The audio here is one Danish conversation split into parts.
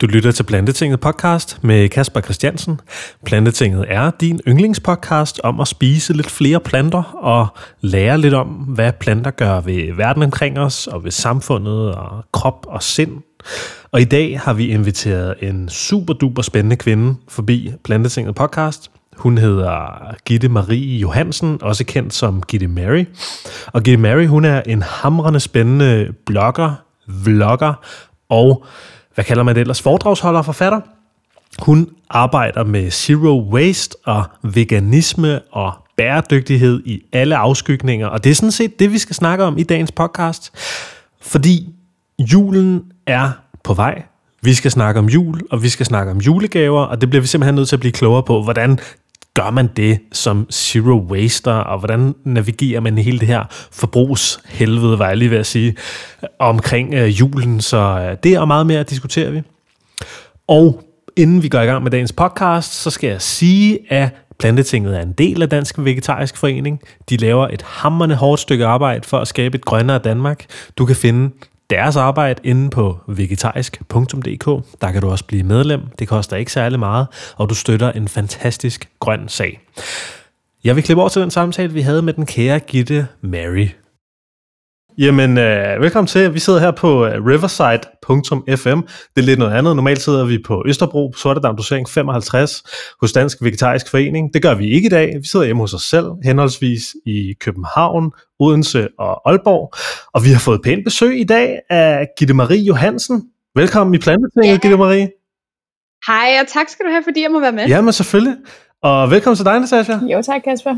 Du lytter til Plantetinget podcast med Kasper Christiansen. Plantetinget er din yndlingspodcast om at spise lidt flere planter og lære lidt om, hvad planter gør ved verden omkring os og ved samfundet og krop og sind. Og i dag har vi inviteret en super duper spændende kvinde forbi Plantetinget podcast. Hun hedder Gitte Marie Johansen, også kendt som Gitte Mary. Og Gitte Mary, hun er en hamrende spændende blogger, vlogger og hvad kalder man det ellers? Foredragsholder og forfatter. Hun arbejder med zero waste og veganisme og bæredygtighed i alle afskygninger. Og det er sådan set det, vi skal snakke om i dagens podcast. Fordi julen er på vej. Vi skal snakke om jul, og vi skal snakke om julegaver. Og det bliver vi simpelthen nødt til at blive klogere på. Hvordan gør man det som zero waster, og hvordan navigerer man hele det her forbrugshelvede, var jeg lige ved at sige, omkring julen. Så det og meget mere diskuterer vi. Og inden vi går i gang med dagens podcast, så skal jeg sige, at Plantetinget er en del af Dansk Vegetarisk Forening. De laver et hamrende hårdt stykke arbejde for at skabe et grønnere Danmark. Du kan finde deres arbejde inde på vegetarisk.dk. Der kan du også blive medlem. Det koster ikke særlig meget, og du støtter en fantastisk grøn sag. Jeg vil klippe over til den samtale, vi havde med den kære Gitte Mary. Jamen, velkommen til. Vi sidder her på riverside.fm. Det er lidt noget andet. Normalt sidder vi på Østerbro, på Sortedam Dosering 55, hos Dansk Vegetarisk Forening. Det gør vi ikke i dag. Vi sidder hjemme hos os selv, henholdsvis i København, Odense og Aalborg. Og vi har fået pænt besøg i dag af Gitte Marie Johansen. Velkommen i Plantetinget, Gitte Marie. Hej, og tak skal du have, fordi jeg må være med. Jamen, selvfølgelig. Og velkommen til dig, Natasha. Jo, tak, Kasper.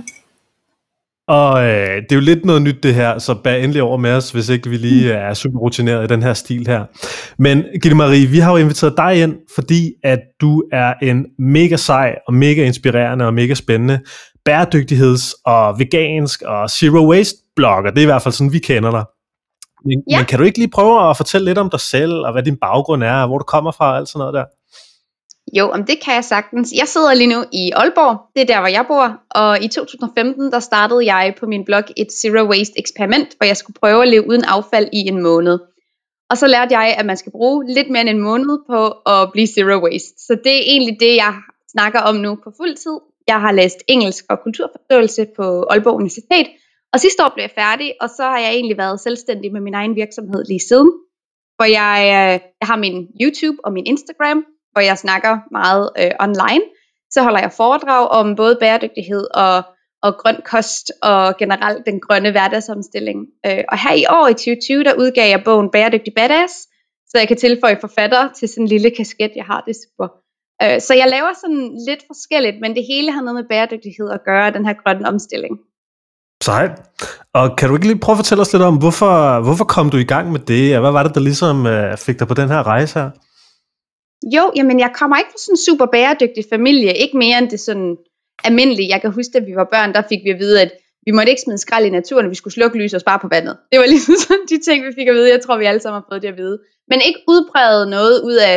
Og det er jo lidt noget nyt det her, så bær endelig over med os, hvis ikke vi lige er super rutineret i den her stil her. Men Gitte Marie, vi har jo inviteret dig ind, fordi at du er en mega sej og mega inspirerende og mega spændende bæredygtigheds- og vegansk og zero waste blogger. Det er i hvert fald sådan, vi kender dig. Men kan du ikke lige prøve at fortælle lidt om dig selv, og hvad din baggrund er, og hvor du kommer fra og alt sådan noget der? Jo, om det kan jeg sagtens. Jeg sidder lige nu i Aalborg, det er der, hvor jeg bor, og i 2015, der startede jeg på min blog et Zero Waste eksperiment, hvor jeg skulle prøve at leve uden affald i en måned. Og så lærte jeg, at man skal bruge lidt mere end en måned på at blive Zero Waste. Så det er egentlig det, jeg snakker om nu på fuld tid. Jeg har læst engelsk og kulturforståelse på Aalborg Universitet, og sidste år blev jeg færdig, og så har jeg egentlig været selvstændig med min egen virksomhed lige siden. Hvor jeg har min YouTube og min Instagram, hvor jeg snakker meget online. Så holder jeg foredrag om både bæredygtighed og grøn kost og generelt den grønne hverdagsomstilling. Og her i år i 2020, der udgav jeg bogen Bæredygtig Badass, så jeg kan tilføje forfatter til sådan en lille kasket, jeg har, det er super. Så jeg laver sådan lidt forskelligt, men det hele har noget med bæredygtighed at gøre, den her grønne omstilling. Sejt. Og kan du ikke lige prøve at fortælle os lidt om, hvorfor kom du i gang med det? Hvad var det, der ligesom fik dig på den her rejse her? Jo, jamen jeg kommer ikke fra sådan en super bæredygtig familie, ikke mere end det sådan almindelige. Jeg kan huske, at vi var børn, der fik vi at vide, at vi måtte ikke smide skrald i naturen, vi skulle slukke lys og spare på vandet. Det var ligesom sådan de ting, vi fik at vide. Jeg tror, vi alle sammen har fået det at vide. Men ikke udpræget noget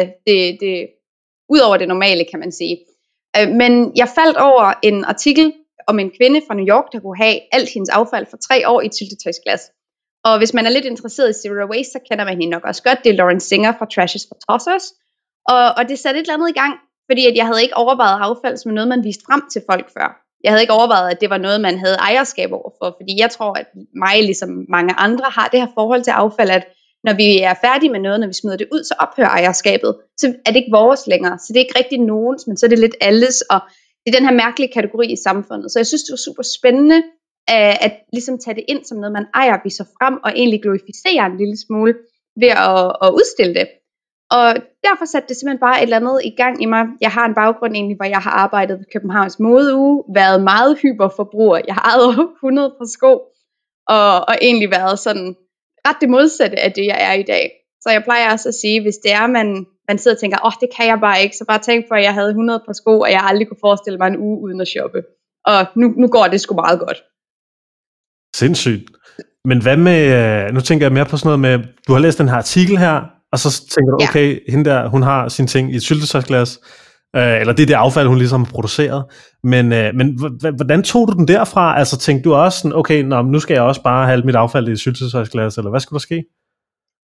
ud over det normale, kan man sige. Men jeg faldt over en artikel om en kvinde fra New York, der kunne have alt hendes affald for 3 år i et syltetøjsglas. Og hvis man er lidt interesseret i Zero Waste, så kender man hende nok også godt. Det er Lauren Singer fra Trash is for Tossers. Og det satte et eller andet i gang, fordi at jeg havde ikke overvejet affald som noget, man viste frem til folk før. Jeg havde ikke overvejet, at det var noget, man havde ejerskab overfor, fordi jeg tror, at mig, ligesom mange andre, har det her forhold til affald, at når vi er færdige med noget, når vi smider det ud, så ophører ejerskabet. Så er det ikke vores længere, så det er ikke rigtig nogens, men så er det lidt alles, og det er den her mærkelige kategori i samfundet. Så jeg synes, det var super spændende at ligesom tage det ind som noget, man ejer, viser frem, og egentlig glorificere en lille smule ved at udstille det. Og derfor satte det simpelthen bare et eller andet i gang i mig. Jeg har en baggrund egentlig, hvor jeg har arbejdet ved Københavns Modeuge, været meget hyperforbruger. Jeg har ejet 100 par sko, og egentlig været sådan ret det modsatte af det, jeg er i dag. Så jeg plejer også at sige, hvis det er, man sidder og tænker, det kan jeg bare ikke, så bare tænk på, at jeg havde 100 par sko, og jeg aldrig kunne forestille mig en uge uden at shoppe. Og nu går det sgu meget godt. Sindssygt. Men hvad med, nu tænker jeg mere på sådan noget med, du har læst den her artikel her, og så tænker du, okay, hende der, hun har sine ting i et syltetøjsglas, eller det er det affald, hun ligesom har produceret. Men hvordan tog du den derfra? Altså tænkte du også sådan, okay, nu skal jeg også bare have alt mit affald i et syltetøjsglas, eller hvad skulle der ske?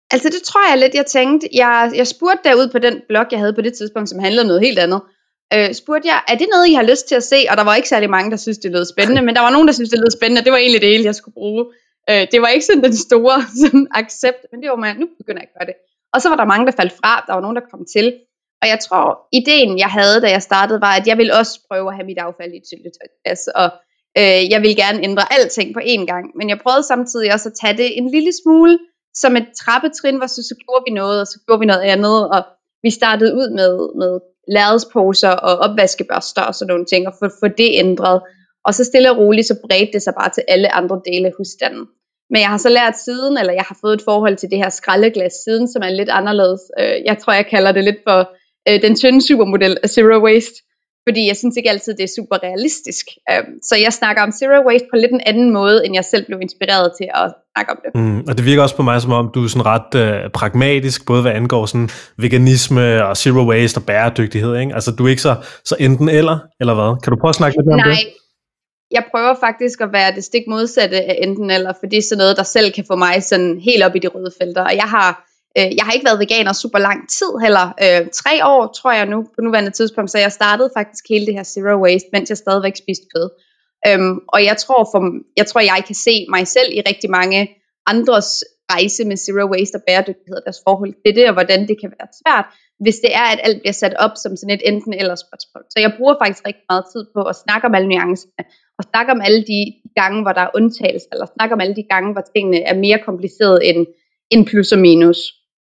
Altså det tror jeg lidt, jeg tænkte. Jeg spurgte derud på den blog, jeg havde på det tidspunkt, som handlede om noget helt andet. Spurgte jeg, er det noget, I har lyst til at se? Og der var ikke særlig mange, der synes det lød spændende, men der var nogen, der synes det lød spændende, og det var egentlig det hele, jeg skulle bruge. Det var ikke sådan den store sådan, accept, men det var med, nu begynder jeg at gøre det. Og så var der mange, der faldt fra, der var nogen, der kom til. Og jeg tror, ideen, jeg havde, da jeg startede, var, at jeg ville også prøve at have mit affald i et syltetøjsglas, og jeg ville gerne ændre alting på én gang. Men jeg prøvede samtidig også at tage det en lille smule som et trappetrin, hvor så gjorde vi noget, og så gjorde vi noget andet, og vi startede ud med lærredsposer og opvaskebørster og sådan nogle ting, og få det ændret. Og så stille og roligt, så bredte det sig bare til alle andre dele af husstanden. Men jeg har så lært siden, eller jeg har fået et forhold til det her skraldeglas siden, som er lidt anderledes. Jeg tror, jeg kalder det lidt for den tynde supermodel af Zero Waste, fordi jeg synes ikke altid, det er super realistisk. Så jeg snakker om Zero Waste på lidt en anden måde, end jeg selv blev inspireret til at snakke om det. Og det virker også på mig, som om du er sådan ret pragmatisk, både hvad angår sådan veganisme og Zero Waste og bæredygtighed, ikke? Altså du er ikke så enten eller hvad? Kan du prøve at snakke lidt om det? Nej, jeg prøver faktisk at være det stik modsatte af enten eller, for det er sådan noget, der selv kan få mig sådan helt op i de røde felter. Og jeg har ikke været veganer super lang tid heller. 3 år, tror jeg nu, på nuværende tidspunkt, så jeg startede faktisk hele det her Zero Waste, mens jeg stadigvæk spiste kød. Og jeg tror, jeg kan se mig selv i rigtig mange andres rejse med Zero Waste og bæredygtighed, deres forhold til det, og hvordan det kan være svært, hvis det er, at alt bliver sat op som sådan et enten eller spørgsmål. Så jeg bruger faktisk rigtig meget tid på at snakke om alle nuancerne, og snakke om alle de gange, hvor der er undtagelser, eller snakke om alle de gange, hvor tingene er mere komplicerede end plus og minus.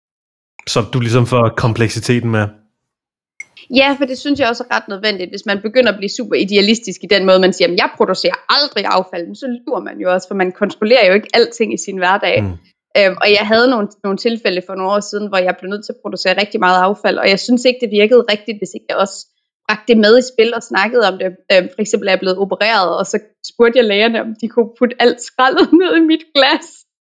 Så du ligesom får kompleksiteten med? Ja, for det synes jeg også er ret nødvendigt, hvis man begynder at blive super idealistisk i den måde, man siger, at jeg producerer aldrig affald, så lyver man jo også, for man kontrollerer jo ikke alting i sin hverdag. Og jeg havde nogle tilfælde for nogle år siden, hvor jeg blev nødt til at producere rigtig meget affald, og jeg synes ikke, det virkede rigtigt, hvis ikke jeg også bragte det med i spil og snakkede om det. For eksempel er jeg blevet opereret, og så spurgte jeg lægerne, om de kunne putte alt skraldet ned i mit glas.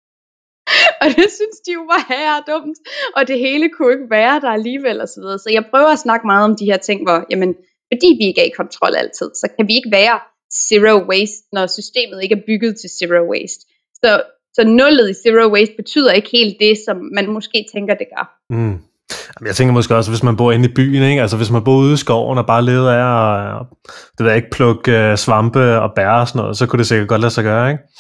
Og det synes de jo var herredumt, og det hele kunne ikke være der alligevel og så videre. Så jeg prøver at snakke meget om de her ting, hvor jamen, fordi vi ikke er i kontrol altid, så kan vi ikke være Zero Waste, når systemet ikke er bygget til Zero Waste. Så nullet i Zero Waste betyder ikke helt det, som man måske tænker, det gør. Jeg tænker måske også, hvis man bor inde i byen, ikke? Altså hvis man bor ude i skoven og bare leder af at det ved ikke, plukke svampe og bær og sådan noget, så kunne det sikkert godt lade sig gøre, ikke?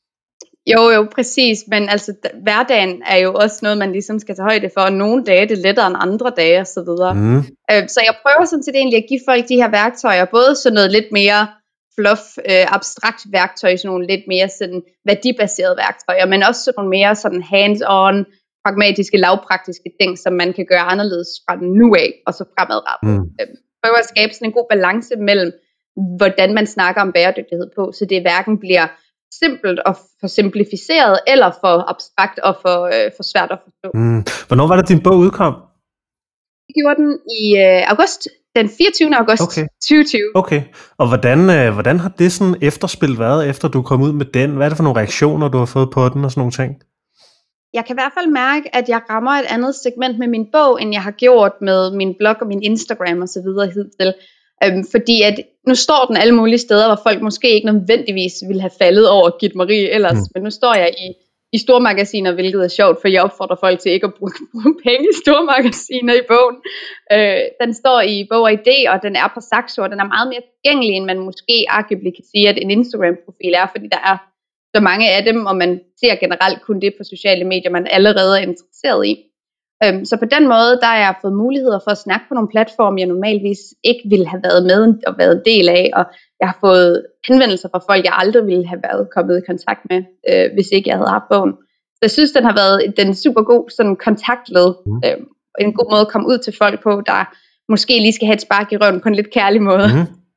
Jo, præcis, men altså hverdagen er jo også noget, man ligesom skal tage højde for, og nogle dage er det lettere end andre dage og så videre. Så jeg prøver sådan set egentlig at give folk de her værktøjer, både sådan noget lidt mere fluff, abstrakt værktøj, sådan nogle lidt mere sådan værdibaserede værktøjer, men også sådan nogle mere sådan hands-on, pragmatiske, lavpraktiske ting, som man kan gøre anderledes fra nu af, og så fremadrettet. Prøver at skabe sådan en god balance mellem, hvordan man snakker om bæredygtighed på, så det hverken bliver simpelt og for simplificeret, eller for abstrakt og for svært at forstå. Hvornår var det, din bog udkom? Jeg gjorde den i august, den 24. august 2020. Okay, og hvordan har det sådan efterspil været, efter du kom ud med den? Hvad er det for nogle reaktioner, du har fået på den og sådan nogle ting? Jeg kan i hvert fald mærke, at jeg rammer et andet segment med min bog, end jeg har gjort med min blog og min Instagram og så videre hidtil. Fordi at nu står den alle mulige steder, hvor folk måske ikke nødvendigvis ville have faldet over Gitte Marie ellers, men nu står jeg i stormagasiner, hvilket er sjovt, for jeg opfordrer folk til ikke at bruge penge i stormagasiner i bogen. Den står i Bog og Idé, og den er på Saxo, og den er meget mere tilgængelig, end man måske arguably kan sige, at en Instagram-profil er, fordi der er så mange af dem, og man ser generelt kun det på sociale medier, man allerede er interesseret i. Så på den måde, der har jeg fået muligheder for at snakke på nogle platforme, jeg normalvis ikke ville have været med og været en del af, og jeg har fået henvendelser fra folk, jeg aldrig ville have været kommet i kontakt med, hvis ikke jeg havde haft bogen. Så jeg synes, den har været den super god sådan kontaktled, en god måde at komme ud til folk på, der måske lige skal have et spark i røven på en lidt kærlig måde.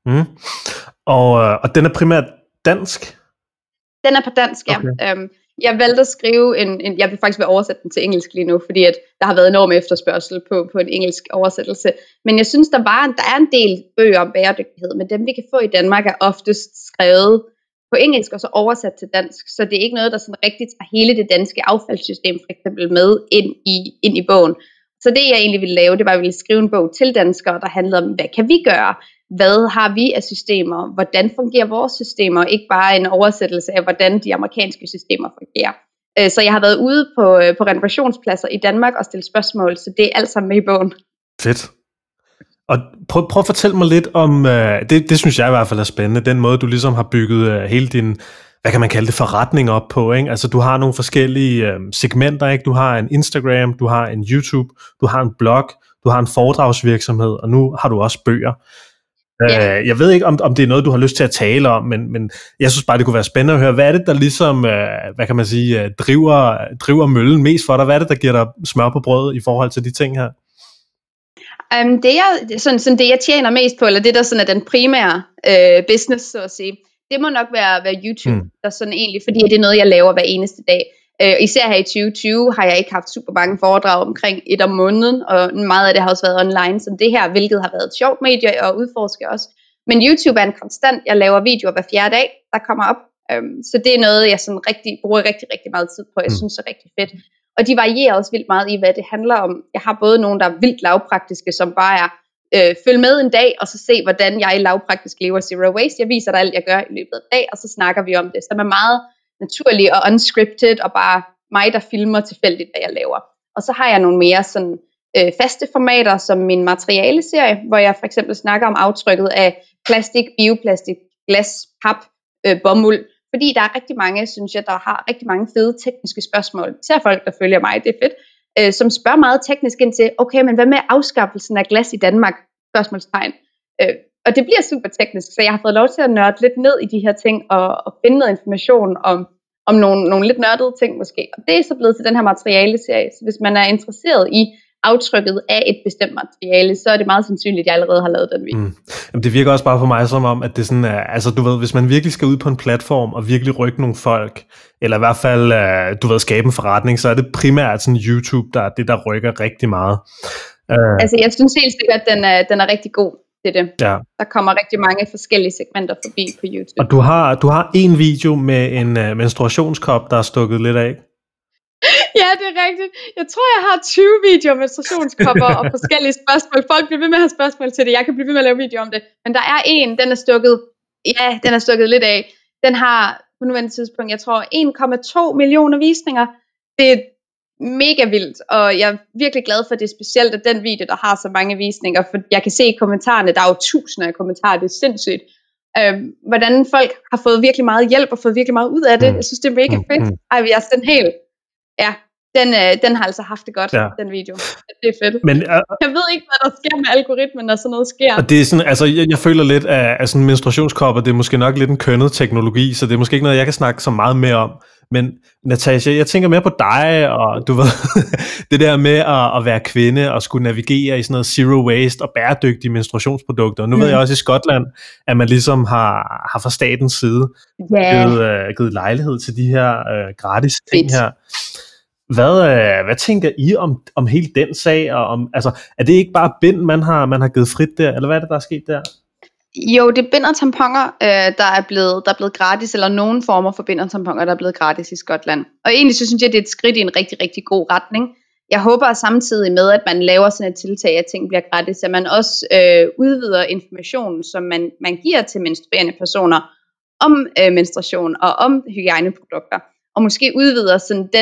Og den er primært dansk? Den er på dansk, ja. Okay. Jeg valgte at skrive jeg vil faktisk være oversætte den til engelsk lige nu, fordi at der har været enorm efterspørgsel på en engelsk oversættelse. Men jeg synes, der er en del bøger om bæredygtighed, men dem vi kan få i Danmark er oftest skrevet på engelsk og så oversat til dansk. Så det er ikke noget, der sådan rigtigt tager hele det danske affaldssystem for eksempel med ind i bogen. Så det jeg egentlig ville lave, det var, at jeg ville skrive en bog til danskere, der handlede om, hvad kan vi gøre? Hvad har vi af systemer? Hvordan fungerer vores systemer? Ikke bare en oversættelse af, hvordan de amerikanske systemer fungerer. Så jeg har været ude på renovationspladser i Danmark og stille spørgsmål, så det er alt sammen med i bogen. Fedt. Og prøv at fortælle mig lidt om, det synes jeg i hvert fald er spændende, den måde du ligesom har bygget hele din, hvad kan man kalde det, forretning op på, ikke? Altså du har nogle forskellige segmenter, ikke? Du har en Instagram, du har en YouTube, du har en blog, du har en foredragsvirksomhed, og nu har du også bøger. Yeah. Jeg ved ikke, om det er noget, du har lyst til at tale om, men jeg synes bare, det kunne være spændende at høre, hvad er det, der ligesom, hvad kan man sige, driver møllen mest for dig? Hvad er det, der giver dig smør på brødet i forhold til de ting her? Det jeg tjener mest på, eller det der sådan er den primære business, så at sige, det må nok være YouTube, der sådan egentlig, fordi det er noget, jeg laver hver eneste dag. Især her i 2020 har jeg ikke haft super mange foredrag omkring 1 om måneden, og meget af det har også været online som det her, hvilket har været et sjovt medie at udforske også. Men YouTube er en konstant. Jeg laver videoer hver 4. dag, der kommer op. Så det er noget, jeg sådan bruger rigtig meget tid på. Jeg synes det er rigtig fedt. Og de varierer også vildt meget i, hvad det handler om. Jeg har både nogle, der er vildt lavpraktiske, som bare er følg med en dag, og så se, hvordan jeg lavpraktisk lever zero waste. Jeg viser dig alt, jeg gør i løbet af en dag, og så snakker vi om det. Så det er meget naturlig og unscripted, og bare mig, der filmer tilfældigt, hvad jeg laver. Og så har jeg nogle mere sådan faste formater, som min materialeserie, hvor jeg for eksempel snakker om aftrykket af plastik, bioplastik, glas, pap, bomuld. Fordi der er rigtig mange, synes jeg, der har rigtig mange fede tekniske spørgsmål. Især folk, der følger mig, det er fedt. Som spørger meget teknisk ind til, okay, men hvad med afskaffelsen af glas i Danmark? Spørgsmålstegn. Og det bliver super teknisk, så jeg har fået lov til at nørde lidt ned i de her ting, og finde noget information om nogle lidt nørdede ting måske. Og det er så blevet til den her materialeserie. Så hvis man er interesseret i aftrykket af et bestemt materiale, så er det meget sandsynligt, at jeg allerede har lavet den video. Jamen, det virker også bare for mig som om, at det sådan er, altså du ved, hvis man virkelig skal ud på en platform og virkelig rykke nogle folk, eller i hvert fald, du ved, skabe en forretning, så er det primært sådan YouTube, der er det, der rykker rigtig meget. Altså jeg synes helt sikkert, at den er rigtig god til det. Ja. Der kommer rigtig mange forskellige segmenter forbi på YouTube. Og du har en video med en menstruationskop, der er stukket lidt af. Ja, det er rigtigt. Jeg tror, jeg har 20 videoer med menstruationskopper og forskellige spørgsmål. Folk bliver ved med at have spørgsmål til det. Jeg kan blive ved med at lave videoer om det. Men der er en, den er stukket lidt af. Den har på nuværende tidspunkt, jeg tror, 1,2 millioner visninger. Det er mega vildt, og jeg er virkelig glad for, at det er specielt, at den video, der har så mange visninger. For jeg kan se i kommentarerne, der er jo tusinder af kommentarer, det er sindssygt. Hvordan folk har fået virkelig meget hjælp og fået virkelig meget ud af det. Jeg synes, det er mega fedt. Jeg er sådan helt... Ja, den har altså haft det godt, den video. Det er fedt. Men, jeg ved ikke, hvad der sker med algoritmen, når sådan noget sker. Og det er sådan, altså jeg føler lidt, at sådan menstruationskopper, det er måske nok lidt en kønnet teknologi, så det er måske ikke noget, jeg kan snakke så meget mere om. Men Natasha, jeg tænker mere på dig, og du ved, det der med at være kvinde og skulle navigere i sådan noget zero waste og bæredygtige menstruationsprodukter. Og nu ved jeg også i Skotland, at man ligesom har fra statens side givet lejlighed til de her gratis ting her. Hvad tænker I om hele den sag, og om, altså, er det ikke bare bind, man har givet frit der, eller hvad er det, der er sket der? Jo, det er bind og tamponer, der er blevet gratis, eller nogle former for bind og tamponer, der er blevet gratis i Skotland. Og egentlig så synes jeg, det er et skridt i en rigtig, rigtig god retning. Jeg håber samtidig med, at man laver sådan et tiltag, at ting bliver gratis, at man også udvider informationen, som man giver til menstruerende personer om menstruation og om hygiejneprodukter, og måske udvider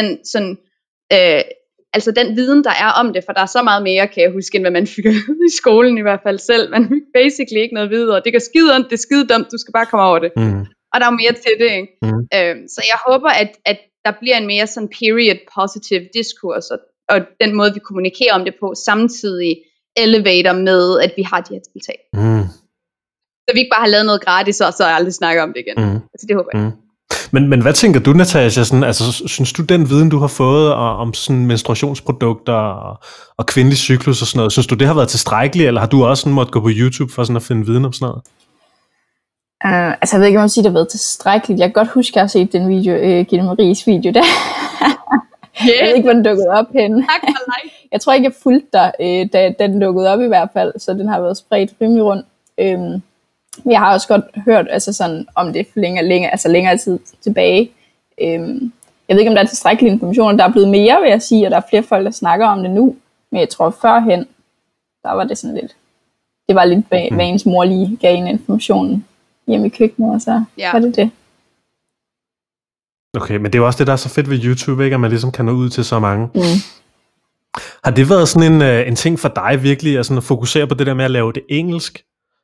altså den viden, der er om det, for der er så meget mere, kan jeg huske, end hvad man fik i skolen i hvert fald selv. Man fik basically ikke noget videre. Det går skide ondt, det er skide dumt, du skal bare komme over det. Og der er mere til det, ikke? Så jeg håber, at der bliver en mere sådan period positive diskurs, og den måde, vi kommunikerer om det på, samtidig elevator med, at vi har de her tiltag. Så vi ikke bare har lavet noget gratis, og så aldrig snakker om det igen. Altså det håber jeg. Men hvad tænker du, Natasha? Sådan, altså, synes du, den viden, du har fået om sådan menstruationsprodukter og kvindelig cyklus og sådan noget, synes du, det har været tilstrækkeligt, eller har du også sådan måtte gå på YouTube for sådan at finde viden om sådan noget? Altså, jeg ved ikke, om man siger, det har været tilstrækkeligt. Jeg kan godt huske, at jeg har set den video, Gitte Maries video der. Jeg ved ikke, hvor den dukkede op henne. Jeg tror ikke, jeg fulgte dig, da den dukkede op i hvert fald, så den har været spredt rimelig rundt. Jeg har også godt hørt altså sådan, om det for længere tid tilbage. Jeg ved ikke, om der er tilstrækkelig information. Der er blevet mere, vil jeg sige, og der er flere folk, der snakker om det nu. Men jeg tror, førhen, der var det sådan lidt... Det var lidt, hvad ens mor lige gav en informationen hjemme i køkkenet, og så var det. Okay, men det er jo også det, der er så fedt ved YouTube, ikke? At man ligesom kan nå ud til så mange. Mm. Har det været sådan en ting for dig virkelig, at fokusere på det der med at lave det engelsk?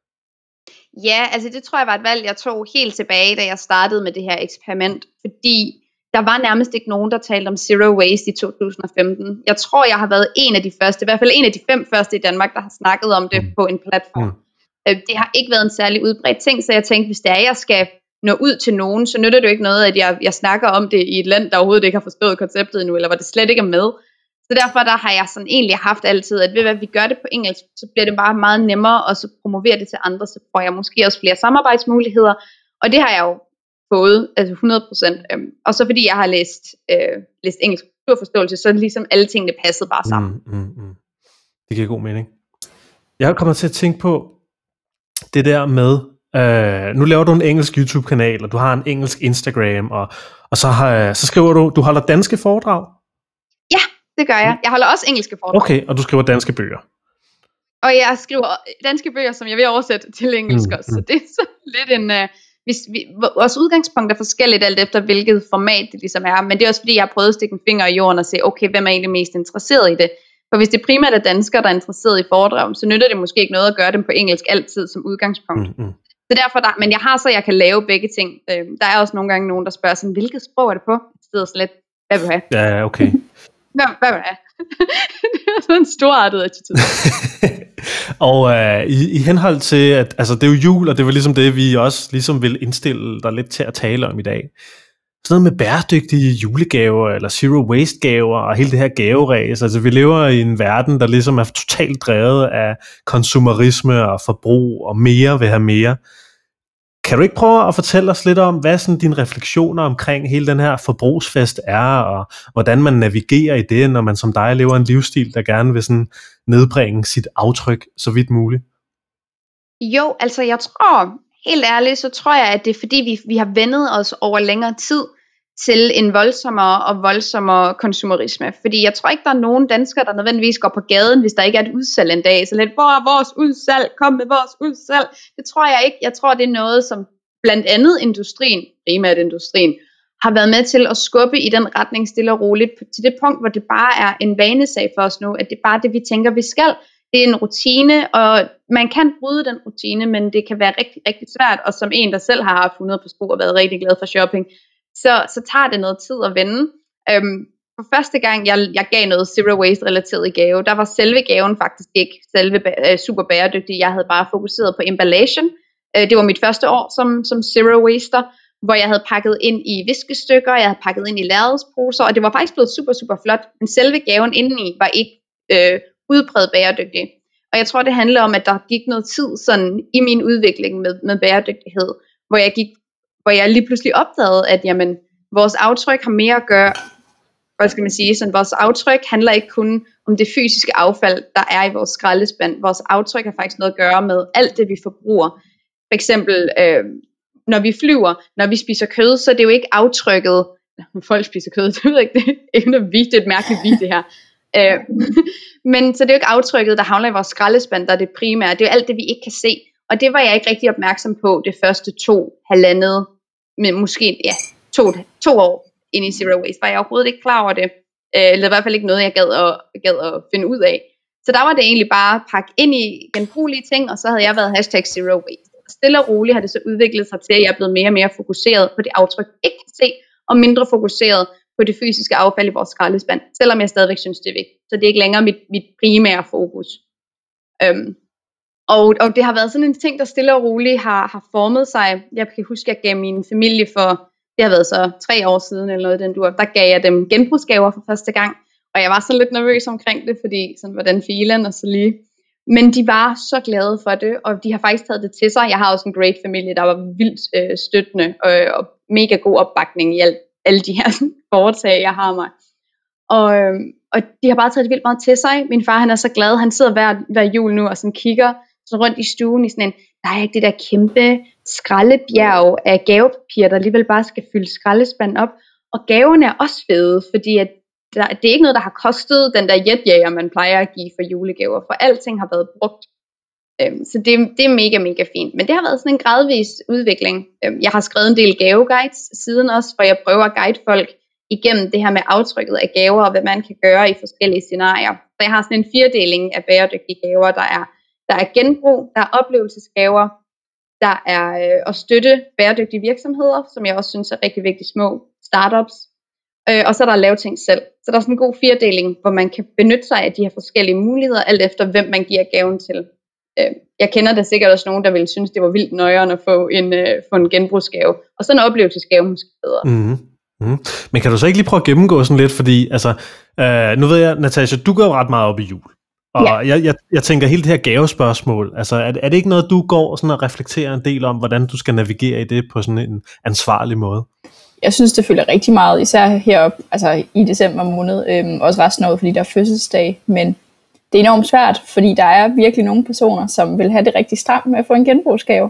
Ja, altså det tror jeg var et valg, jeg tog helt tilbage, da jeg startede med det her eksperiment, fordi der var nærmest ikke nogen, der talte om zero waste i 2015. Jeg tror, jeg har været en af de første, i hvert fald en af de 5 første i Danmark, der har snakket om det på en platform. Det har ikke været en særlig udbredt ting, så jeg tænkte, hvis det er, jeg skal nå ud til nogen, så nytter det jo ikke noget, at jeg snakker om det i et land, der overhovedet ikke har forstået konceptet endnu, eller hvor det slet ikke er med. Så derfor der har jeg sådan egentlig haft altid, at ved hvad vi gør det på engelsk, så bliver det bare meget nemmere, og så promoverer det til andre, så får jeg måske også flere samarbejdsmuligheder, og det har jeg jo fået, altså 100%. Og så fordi jeg har læst engelsk kulturforståelse, så ligesom alle tingene passede bare sammen. Det giver god mening. Jeg er kommet til at tænke på det der med, nu laver du en engelsk YouTube-kanal, og du har en engelsk Instagram, og så skriver du holder danske foredrag? Ja, det gør jeg. Jeg holder også engelske foredrag. Okay, og du skriver danske bøger? Og jeg skriver danske bøger, som jeg vil oversætte til engelsk også. Så det er så lidt en... vores udgangspunkt er forskelligt alt efter, hvilket format det ligesom er. Men det er også fordi, jeg har prøvet at stikke en finger i jorden og se, okay, hvem er egentlig mest interesseret i det? For hvis det primært er danskere, der er interesseret i foredrag, så nytter det måske ikke noget at gøre dem på engelsk altid som udgangspunkt. Så derfor men jeg har så, jeg kan lave begge ting. Der er også nogle gange nogen, der spørger sådan, hvilket sprog er det på? Jeg sidder så lidt, hvad vil du have? Ja, okay. Hvad vil du have? Det er sådan en storartet attitude. Og i henhold til, at altså, det er jo jul, og det var ligesom det, vi også ligesom vil indstille dig lidt til at tale om i dag. Sådan noget med bæredygtige julegaver, eller zero waste gaver, og hele det her gaveræs. Altså vi lever i en verden, der ligesom er totalt drevet af konsumerisme og forbrug, og mere vil have mere. Kan du ikke prøve at fortælle os lidt om, hvad sådan dine refleksioner omkring hele den her forbrugsfest er, og hvordan man navigerer i det, når man som dig lever en livsstil, der gerne vil sådan nedbringe sit aftryk så vidt muligt? Jo, altså jeg tror, helt ærligt, så tror jeg, at det er fordi, vi har vendet os over længere tid til en voldsommere konsumerisme. Fordi jeg tror ikke, der er nogen danskere, der nødvendigvis går på gaden, hvis der ikke er et udsalg en dag. Så lidt, hvor er vores udsalg? Kom med vores udsalg. Det tror jeg ikke. Jeg tror, det er noget, som blandt andet primært industrien, har været med til at skubbe i den retning stille og roligt, til det punkt, hvor det bare er en vanesag for os nu, at det er bare det, vi tænker, vi skal. Det er en rutine, og man kan bryde den rutine, men det kan være rigtig, rigtig svært, og som en, der selv har haft 100 på spor og været rigtig glad for shopping, så tager det noget tid at vende. For første gang, jeg gav noget zero waste relateret i gave, der var selve gaven faktisk ikke super bæredygtig. Jeg havde bare fokuseret på emballagen. Det var mit første år som zero waster, hvor jeg havde pakket ind i viskestykker, jeg havde pakket ind i lærredsposer, og det var faktisk blevet super, super flot. Men selve gaven indeni var ikke udpræget bæredygtig. Og jeg tror, det handler om, at der gik noget tid sådan i min udvikling med bæredygtighed, hvor jeg lige pludselig opdagede, at jamen, vores aftryk har mere at gøre, vores aftryk handler ikke kun om det fysiske affald, der er i vores skraldespand. Vores aftryk har faktisk noget at gøre med alt det, vi forbruger. For eksempel, når vi flyver, når vi spiser kød, så er det jo ikke aftrykket, når folk spiser kød, det ved jeg ikke, det er et mærkeligt vid det her. Men så det er jo ikke aftrykket, der havner i vores skraldespand, der er det primære. Det er jo alt det, vi ikke kan se. Og det var jeg ikke rigtig opmærksom på det første 2,5, men måske 2 år ind i Zero Waste. Var jeg overhovedet ikke klar over det. Eller i hvert fald ikke noget, jeg gad at finde ud af. Så der var det egentlig bare pakke ind i genbrugelige ting, og så havde jeg været #Zero Waste. Stille og roligt har det så udviklet sig til, at jeg er blevet mere og mere fokuseret på det aftryk, jeg ikke kan se, og mindre fokuseret på det fysiske affald i vores skraldespand, selvom jeg stadigvæk synes, det er vigtigt. Så det er ikke længere mit primære fokus. Og det har været sådan en ting, der stille og roligt har formet sig. Jeg kan huske, at jeg gav min familie det har været så 3 år siden eller noget den dur, der gav jeg dem genbrugsgaver for første gang. Og jeg var sådan lidt nervøs omkring det, fordi sådan, hvordan filen og så lige. Men de var så glade for det, og de har faktisk taget det til sig. Jeg har også en great familie, der var vildt støttende og mega god opbakning i alle de her foretag, jeg har mig. Og de har bare taget det vildt meget til sig. Min far, han er så glad. Han sidder hver jul nu og sådan kigger sådan rundt i stuen i sådan en, der er ikke det der kæmpe skraldebjerg af gavepapir, der alligevel bare skal fylde skraldespanden op. Og gaverne er også fede, fordi at det er ikke noget, der har kostet den der jetjager, man plejer at give for julegaver, for alting har været brugt. Så det er mega, mega fint. Men det har været sådan en gradvis udvikling. Jeg har skrevet en del gaveguides siden også, hvor jeg prøver at guide folk igennem det her med aftrykket af gaver, og hvad man kan gøre i forskellige scenarier. Så jeg har sådan en 4-deling af bæredygtige gaver. Der er genbrug, der er oplevelsesgaver, der er at støtte bæredygtige virksomheder, som jeg også synes er rigtig vigtigt, små startups. Og så er der at lave ting selv. Så der er sådan en god 4-deling, hvor man kan benytte sig af de her forskellige muligheder, alt efter hvem man giver gaven til. Jeg kender der sikkert også nogen, der ville synes, det var vildt nøjeren at få en genbrugsgave. Og så en oplevelsesgave måske bedre. Mm-hmm. Mm. Men kan du så ikke lige prøve at gennemgå sådan lidt, fordi altså, nu ved jeg, Natasha, du går ret meget op i jul. Og ja. jeg tænker helt det her gavespørgsmål, altså er det ikke noget, du går sådan og reflekterer en del om, hvordan du skal navigere i det på sådan en ansvarlig måde? Jeg synes, det følger rigtig meget, især heroppe, altså i december måned, også resten af året, fordi der er fødselsdag, men det er enormt svært, fordi der er virkelig nogle personer, som vil have det rigtig stramt med at få en genbrugsgave.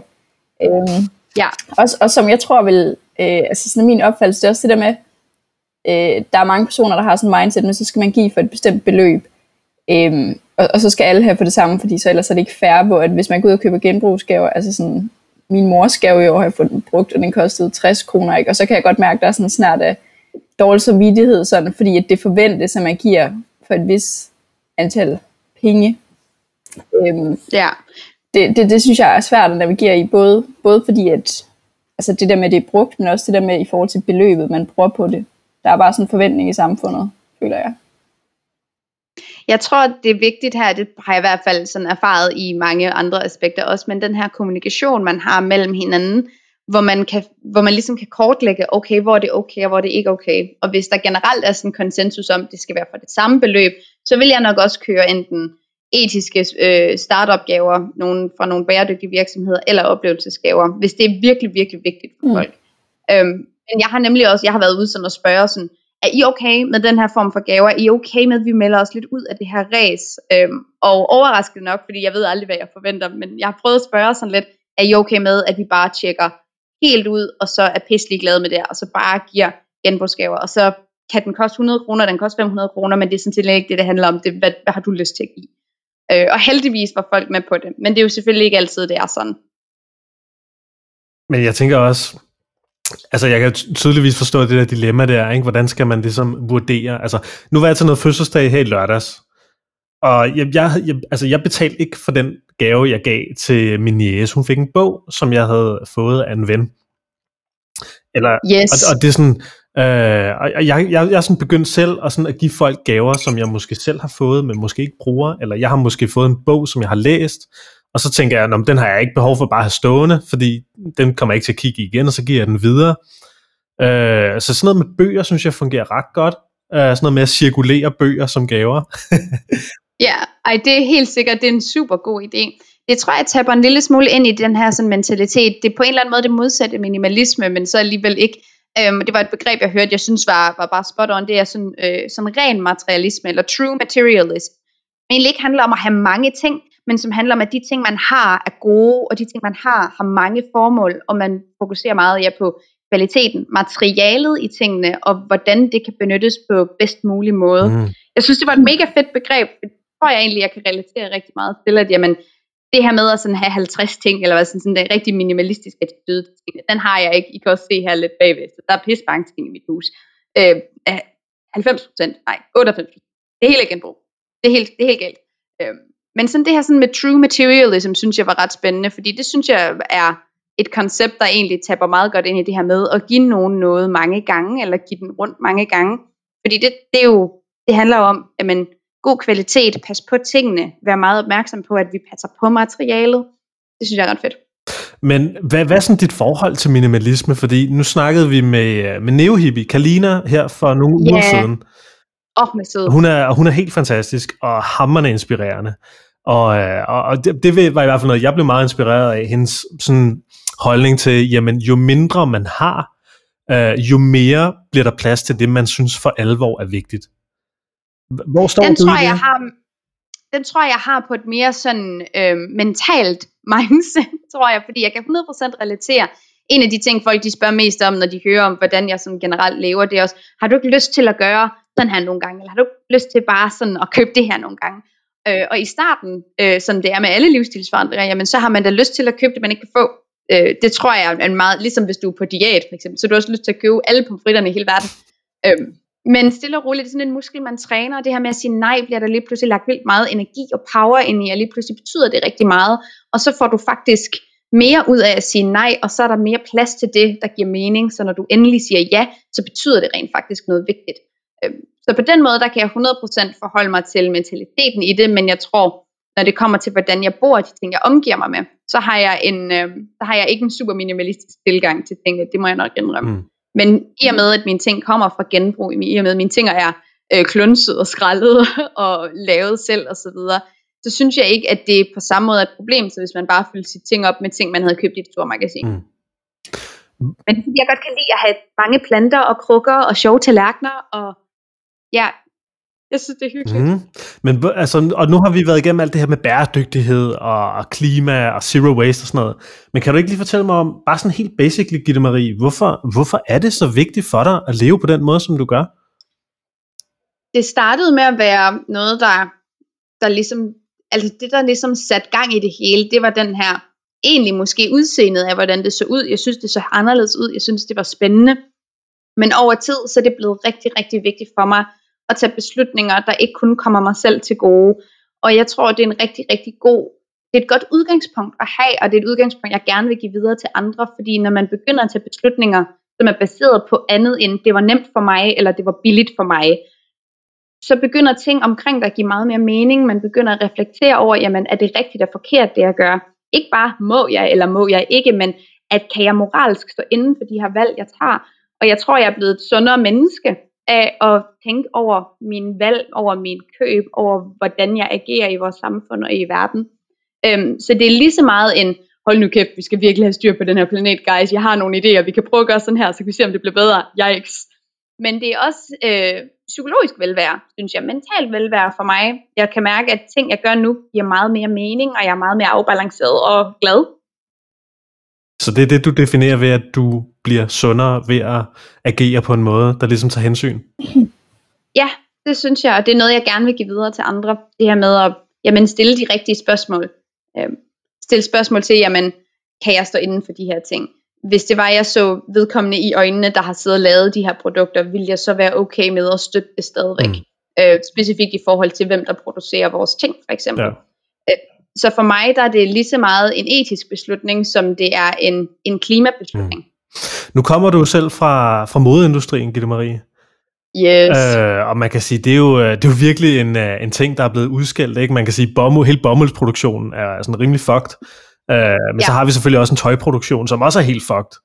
Og som jeg tror vil, altså sådan min opfattelse, det er også det der med, der er mange personer, der har sådan en mindset, men så skal man give for et bestemt beløb, og så skal alle have for det samme, fordi så ellers er det ikke fair, hvor at hvis man går ud og køber genbrugsgaver, altså sådan, min mors gave i år har jeg fået den brugt, og den kostede 60 kroner, ikke? Og så kan jeg godt mærke, at der er sådan snart af dårlig samvittighed, sådan, fordi at det forventes, at man giver for et vis antal penge. Det synes jeg er svært at navigere i, både fordi at altså det der med det er brugt, men også det der med i forhold til beløbet, man bruger på det. Der er bare sådan en forventning i samfundet, føler jeg. Jeg tror, det er vigtigt her, det har jeg i hvert fald sådan erfaret i mange andre aspekter også, men den her kommunikation, man har mellem hinanden, hvor man ligesom kan kortlægge, okay, hvor er det okay, og hvor er det ikke okay. Og hvis der generelt er sådan en konsensus om, det skal være for det samme beløb, så vil jeg nok også køre enten etiske startupgaver fra nogle bæredygtige virksomheder, eller oplevelsesgaver, hvis det er virkelig, virkelig vigtigt for folk. Men jeg har været ude sådan og spørge sådan, er I okay med den her form for gaver? Er I okay med, at vi melder os lidt ud af det her ræs? Og overraskende nok, fordi jeg ved aldrig, hvad jeg forventer, men jeg har prøvet at spørge sådan lidt, er I okay med, at vi bare tjekker helt ud, og så er pisselig glade med det, og så bare giver genbrugsgaver, og så kan den koste 100 kroner, den koster 500 kroner, men det er sådan set ikke det handler om, det, hvad har du lyst til at give? Og heldigvis var folk med på det, men det er jo selvfølgelig ikke altid, det er sådan. Men jeg tænker også, altså jeg kan tydeligvis forstå det der dilemma der, ikke? Hvordan skal man ligesom vurdere, altså nu var jeg til noget fødselsdag her i lørdags, og jeg betalte ikke for den gave, jeg gav til min niece. Hun fik en bog, som jeg havde fået af en ven. Og det er sådan, jeg er sådan begyndt selv at give folk gaver, som jeg måske selv har fået, men måske ikke bruger, eller jeg har måske fået en bog, som jeg har læst, og så tænker jeg, den har jeg ikke behov for bare at have stående, fordi den kommer jeg ikke til at kigge igen, og så giver jeg den videre. Så sådan noget med bøger, synes jeg fungerer ret godt. Sådan noget med at cirkulere bøger som gaver. Ja, det er helt sikkert, det er en super god idé. Det tror jeg taber en lille smule ind i den her sådan mentalitet. Det er på en eller anden måde det modsatte minimalisme, men så alligevel ikke. Det var et begreb, jeg hørte, jeg synes var bare spot on. Det er sådan ren materialisme, eller true materialism. Men egentlig ikke handler om at have mange ting, men som handler om, at de ting, man har, er gode, og de ting, man har mange formål, og man fokuserer meget på kvaliteten, materialet i tingene, og hvordan det kan benyttes på bedst mulig måde. Jeg synes, det var et mega fedt begreb. Det tror jeg egentlig, jeg kan relatere rigtig meget til, at jamen, det her med at sådan have 50 ting, eller hvad sådan en rigtig minimalistisk attitude til tingene, den har jeg ikke. I kan også se her lidt bagved. Så der er pissebange ting i mit hus. 90%, nej, 98%. Det er helt genbrug. Det er helt galt. Men sådan det her sådan med true materialism, synes jeg var ret spændende, fordi det synes jeg er et koncept, der egentlig tapper meget godt ind i det her med at give nogen noget mange gange, eller give den rundt mange gange. Fordi det handler om, at man god kvalitet, pas på tingene, være meget opmærksom på, at vi passer på materialet. Det synes jeg er ret fedt. Men hvad er sådan dit forhold til minimalisme? Fordi nu snakkede vi med neohippie Kalina her for nogle uger siden. Hun er helt fantastisk og hamrende inspirerende. Og det var i hvert fald noget, jeg blev meget inspireret af, hendes sådan holdning til, jamen jo mindre man har, jo mere bliver der plads til det, man synes for alvor er vigtigt. Hvor står den tror jeg har på et mere sådan mentalt mindset, tror jeg, fordi jeg kan 100% relatere. En af de ting, folk de spørger mest om, når de hører om, hvordan jeg sådan generelt lever, det er også, har du ikke lyst til at gøre sådan her nogle gange, eller har du ikke lyst til bare sådan at købe det her nogle gange? Og i starten, som det er med alle livsstilsforandringer, jamen så har man da lyst til at købe det, man ikke kan få. Det tror jeg er meget, ligesom hvis du er på diæt for eksempel, så du har også lyst til at købe alle pomfritterne i hele verden. Men stille og roligt, det er sådan en muskel, man træner, og det her med at sige nej, bliver der lige pludselig lagt vildt meget energi og power ind i, og lige pludselig betyder det rigtig meget, og så får du faktisk mere ud af at sige nej, og så er der mere plads til det, der giver mening, så når du endelig siger ja, så betyder det rent faktisk noget vigtigt. Så på den måde, der kan jeg 100% forholde mig til mentaliteten i det, men jeg tror, når det kommer til, hvordan jeg bor, de ting, jeg omgiver mig med, så har jeg ikke en super minimalistisk tilgang til tingene, det må jeg nok indrømme. Men i og med, at mine ting kommer fra genbrug, i og med, at mine ting er klunset og skrællet og lavet selv osv., så synes jeg ikke, at det på samme måde er et problem, så hvis man bare fylder sine ting op med ting, man havde købt i et stort magasin. Men jeg godt kan lide at have mange planter og krukker og sjove tallerkener, og ja, jeg synes, det er hyggeligt. Men altså, og nu har vi været igennem alt det her med bæredygtighed og klima og zero waste og sådan noget. Men kan du ikke lige fortælle mig om, bare sådan helt basically, Gitte Marie, hvorfor er det så vigtigt for dig at leve på den måde, som du gør? Det startede med at være noget, der ligesom, altså det der ligesom satte gang i det hele, det var den her, egentlig måske udseendet af, hvordan det så ud. Jeg synes, det så anderledes ud. Jeg synes, det var spændende. Men over tid, så er det blevet rigtig, rigtig vigtigt for mig at tage beslutninger, der ikke kun kommer mig selv til gode. Og jeg tror, det er en rigtig, rigtig det er et godt udgangspunkt at have, og det er et udgangspunkt, jeg gerne vil give videre til andre, fordi når man begynder at tage beslutninger, som er baseret på andet end, det var nemt for mig, eller det var billigt for mig, så begynder ting omkring dig at give meget mere mening. Man begynder at reflektere over, jamen, er det rigtigt og forkert, det jeg gør? Ikke bare må jeg, eller må jeg ikke, men at kan jeg moralsk stå inden for de her valg, jeg tager? Og jeg tror, jeg er blevet et sundere menneske af at tænke over mine valg, over min køb, over hvordan jeg agerer i vores samfund og i verden. Så det er lige så meget en, hold nu kæft, vi skal virkelig have styr på den her planet, guys. Jeg har nogle idéer, vi kan prøve at gøre sådan her, så kan vi se, om det bliver bedre. Yikes. Men det er også psykologisk velvære, synes jeg. Mental velvære for mig. Jeg kan mærke, at ting, jeg gør nu, giver meget mere mening, og jeg er meget mere afbalanceret og glad. Så det er det, du definerer ved, at du bliver sundere ved at agere på en måde, der ligesom tager hensyn? Ja, det synes jeg, og det er noget, jeg gerne vil give videre til andre. Det her med at stille de rigtige spørgsmål. Stille spørgsmål til, jamen, kan jeg stå inden for de her ting? Hvis det var, jeg så vedkommende i øjnene, der har siddet og lavet de her produkter, ville jeg så være okay med at støtte det stadigvæk. Specifikt i forhold til, hvem der producerer vores ting, for eksempel. Ja. Så for mig, der er det lige så meget en etisk beslutning, som det er en klimabeslutning. Nu kommer du selv fra modeindustrien, Gitte Marie. Yes. Og man kan sige, det er jo virkelig en ting, der er blevet udskældt, ikke? Man kan sige, hele bomuldsproduktionen er sådan rimelig fucked. Men så har vi selvfølgelig også en tøjproduktion, som også er helt fucked.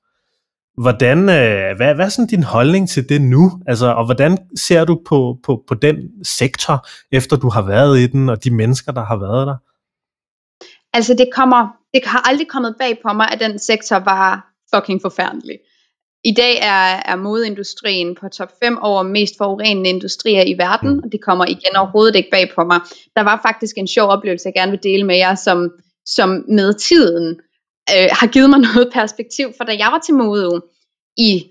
Hvad er sådan din holdning til det nu? Altså, og hvordan ser du på den sektor, efter du har været i den, og de mennesker, der har været der? Altså, det har aldrig kommet bag på mig, at den sektor var fucking forfærdelig. I dag er modeindustrien på top 5 over mest forurenende industrier i verden, og det kommer igen overhovedet ikke bag på mig. Der var faktisk en sjov oplevelse, jeg gerne vil dele med jer, som med tiden har givet mig noget perspektiv. For da jeg var til mode i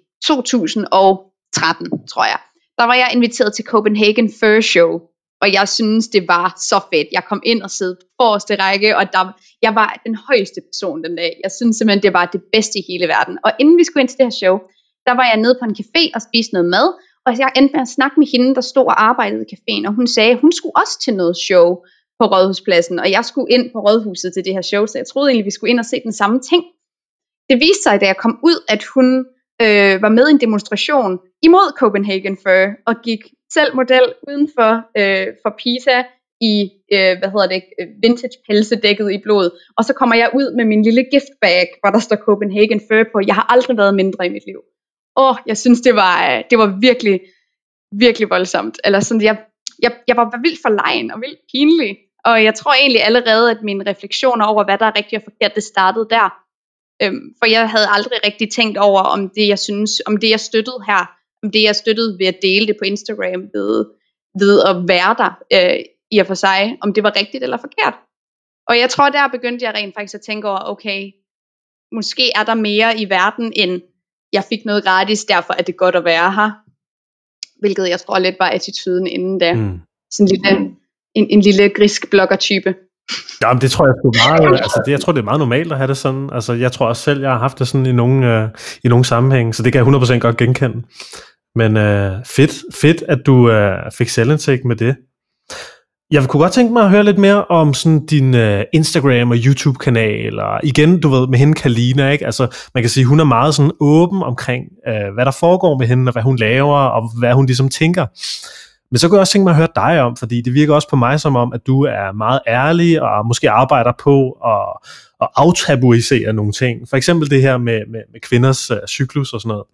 2013, tror jeg, der var jeg inviteret til Copenhagen Fur Show, og jeg synes, det var så fedt. Jeg kom ind og sad på forreste række, og jeg var den højeste person den dag. Jeg synes simpelthen, det var det bedste i hele verden. Og inden vi skulle ind til det her show, der var jeg nede på en café og spiste noget mad, og jeg endte med at snakke med hende, der stod og arbejdede i caféen, og hun sagde, hun skulle også til noget show på Rådhuspladsen, og jeg skulle ind på Rådhuset til det her show, så jeg troede egentlig, vi skulle ind og se den samme ting. Det viste sig, da jeg kom ud, at hun var med i en demonstration imod Copenhagen Fur, og gik selv model uden for Pisa i vintage pelse dækket i blod. Og så kommer jeg ud med min lille giftbag, hvor der står Copenhagen Fur på. Jeg har aldrig været mindre i mit liv. Jeg synes, det var virkelig, virkelig voldsomt. Eller sådan, jeg var vildt forlegen og vildt pinlig. Og jeg tror egentlig allerede, at mine refleksioner over, hvad der er rigtigt og forkert, det startede der. For jeg havde aldrig rigtig tænkt over, om det jeg støttede her, om det jeg støttede ved at dele det på Instagram, ved at være der i og for sig, om det var rigtigt eller forkert. Og jeg tror, der begyndte jeg rent faktisk at tænke over, okay, måske er der mere i verden, end jeg fik noget gratis, derfor er det godt at være her. Hvilket jeg tror lidt var attituden inden da. Sådan en lille grisk blogger-type. Ja, men det tror jeg er meget, altså jeg tror det er meget normalt at have det sådan. Altså jeg tror også selv, jeg har haft det sådan i nogle sammenhænge, så det kan jeg 100% godt genkende. Men fedt at du fik selvindsigt med det. Jeg kunne godt tænke mig at høre lidt mere om sådan din Instagram og YouTube-kanal, og igen, du ved, med hende Kalina, ikke? Altså, man kan sige, hun er meget sådan åben omkring, hvad der foregår med hende, og hvad hun laver, og hvad hun ligesom tænker. Men så kunne jeg også tænke mig at høre dig om, fordi det virker også på mig som om, at du er meget ærlig, og måske arbejder på at aftabuisere nogle ting. For eksempel det her med kvinders cyklus og sådan noget.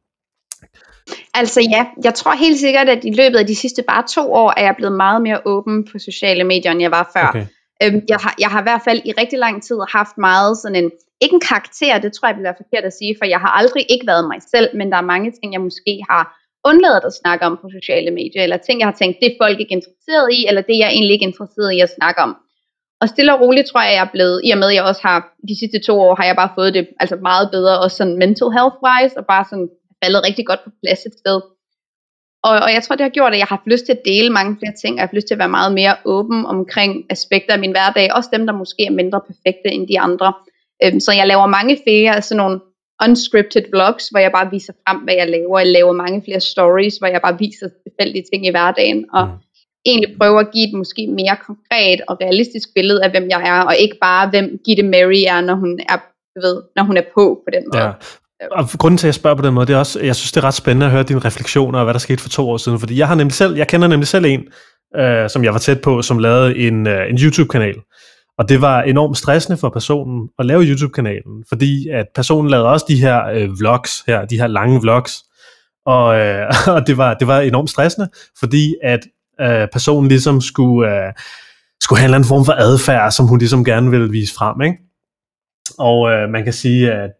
Altså ja, jeg tror helt sikkert, at i løbet af de sidste bare 2 år, er jeg blevet meget mere åben på sociale medier, end jeg var før. Okay. Jeg har i hvert fald i rigtig lang tid haft meget sådan ikke en karakter, det tror jeg vil være forkert at sige, for jeg har aldrig ikke været mig selv, men der er mange ting, jeg måske har undladet at snakke om på sociale medier, eller ting, jeg har tænkt, det er folk ikke interesseret i, eller det er jeg egentlig ikke interesseret i at snakke om. Og stille og roligt tror jeg er blevet, i og med at jeg også har, de sidste 2 år, har jeg bare fået det altså meget bedre, også sådan mental health-wise, og bare sådan faldet rigtig godt på plads et sted. Og jeg tror, det har gjort, at jeg har haft lyst til at dele mange flere ting, og jeg har haft lyst til at være meget mere åben omkring aspekter af min hverdag, også dem, der måske er mindre perfekte end de andre. Så jeg laver mange flere sådan nogle unscripted vlogs, hvor jeg bare viser frem, hvad jeg laver. Jeg laver mange flere stories, hvor jeg bare viser tilfældige ting i hverdagen, og egentlig prøver at give et måske mere konkret og realistisk billede af, hvem jeg er, og ikke bare, hvem Gitte Mary er, når hun er, når hun er på den måde. Ja. Og grunden til, at jeg spørger på den måde, det er også, jeg synes, det er ret spændende at høre dine refleksioner, og hvad der skete for 2 år siden, fordi jeg kender nemlig selv en, som jeg var tæt på, som lavede en YouTube-kanal, og det var enormt stressende for personen at lave YouTube-kanalen, fordi at personen lavede også de her vlogs her, de her lange vlogs, og det var enormt stressende, fordi at personen ligesom skulle have en eller anden form for adfærd, som hun ligesom gerne ville vise frem, ikke? Og man kan sige, at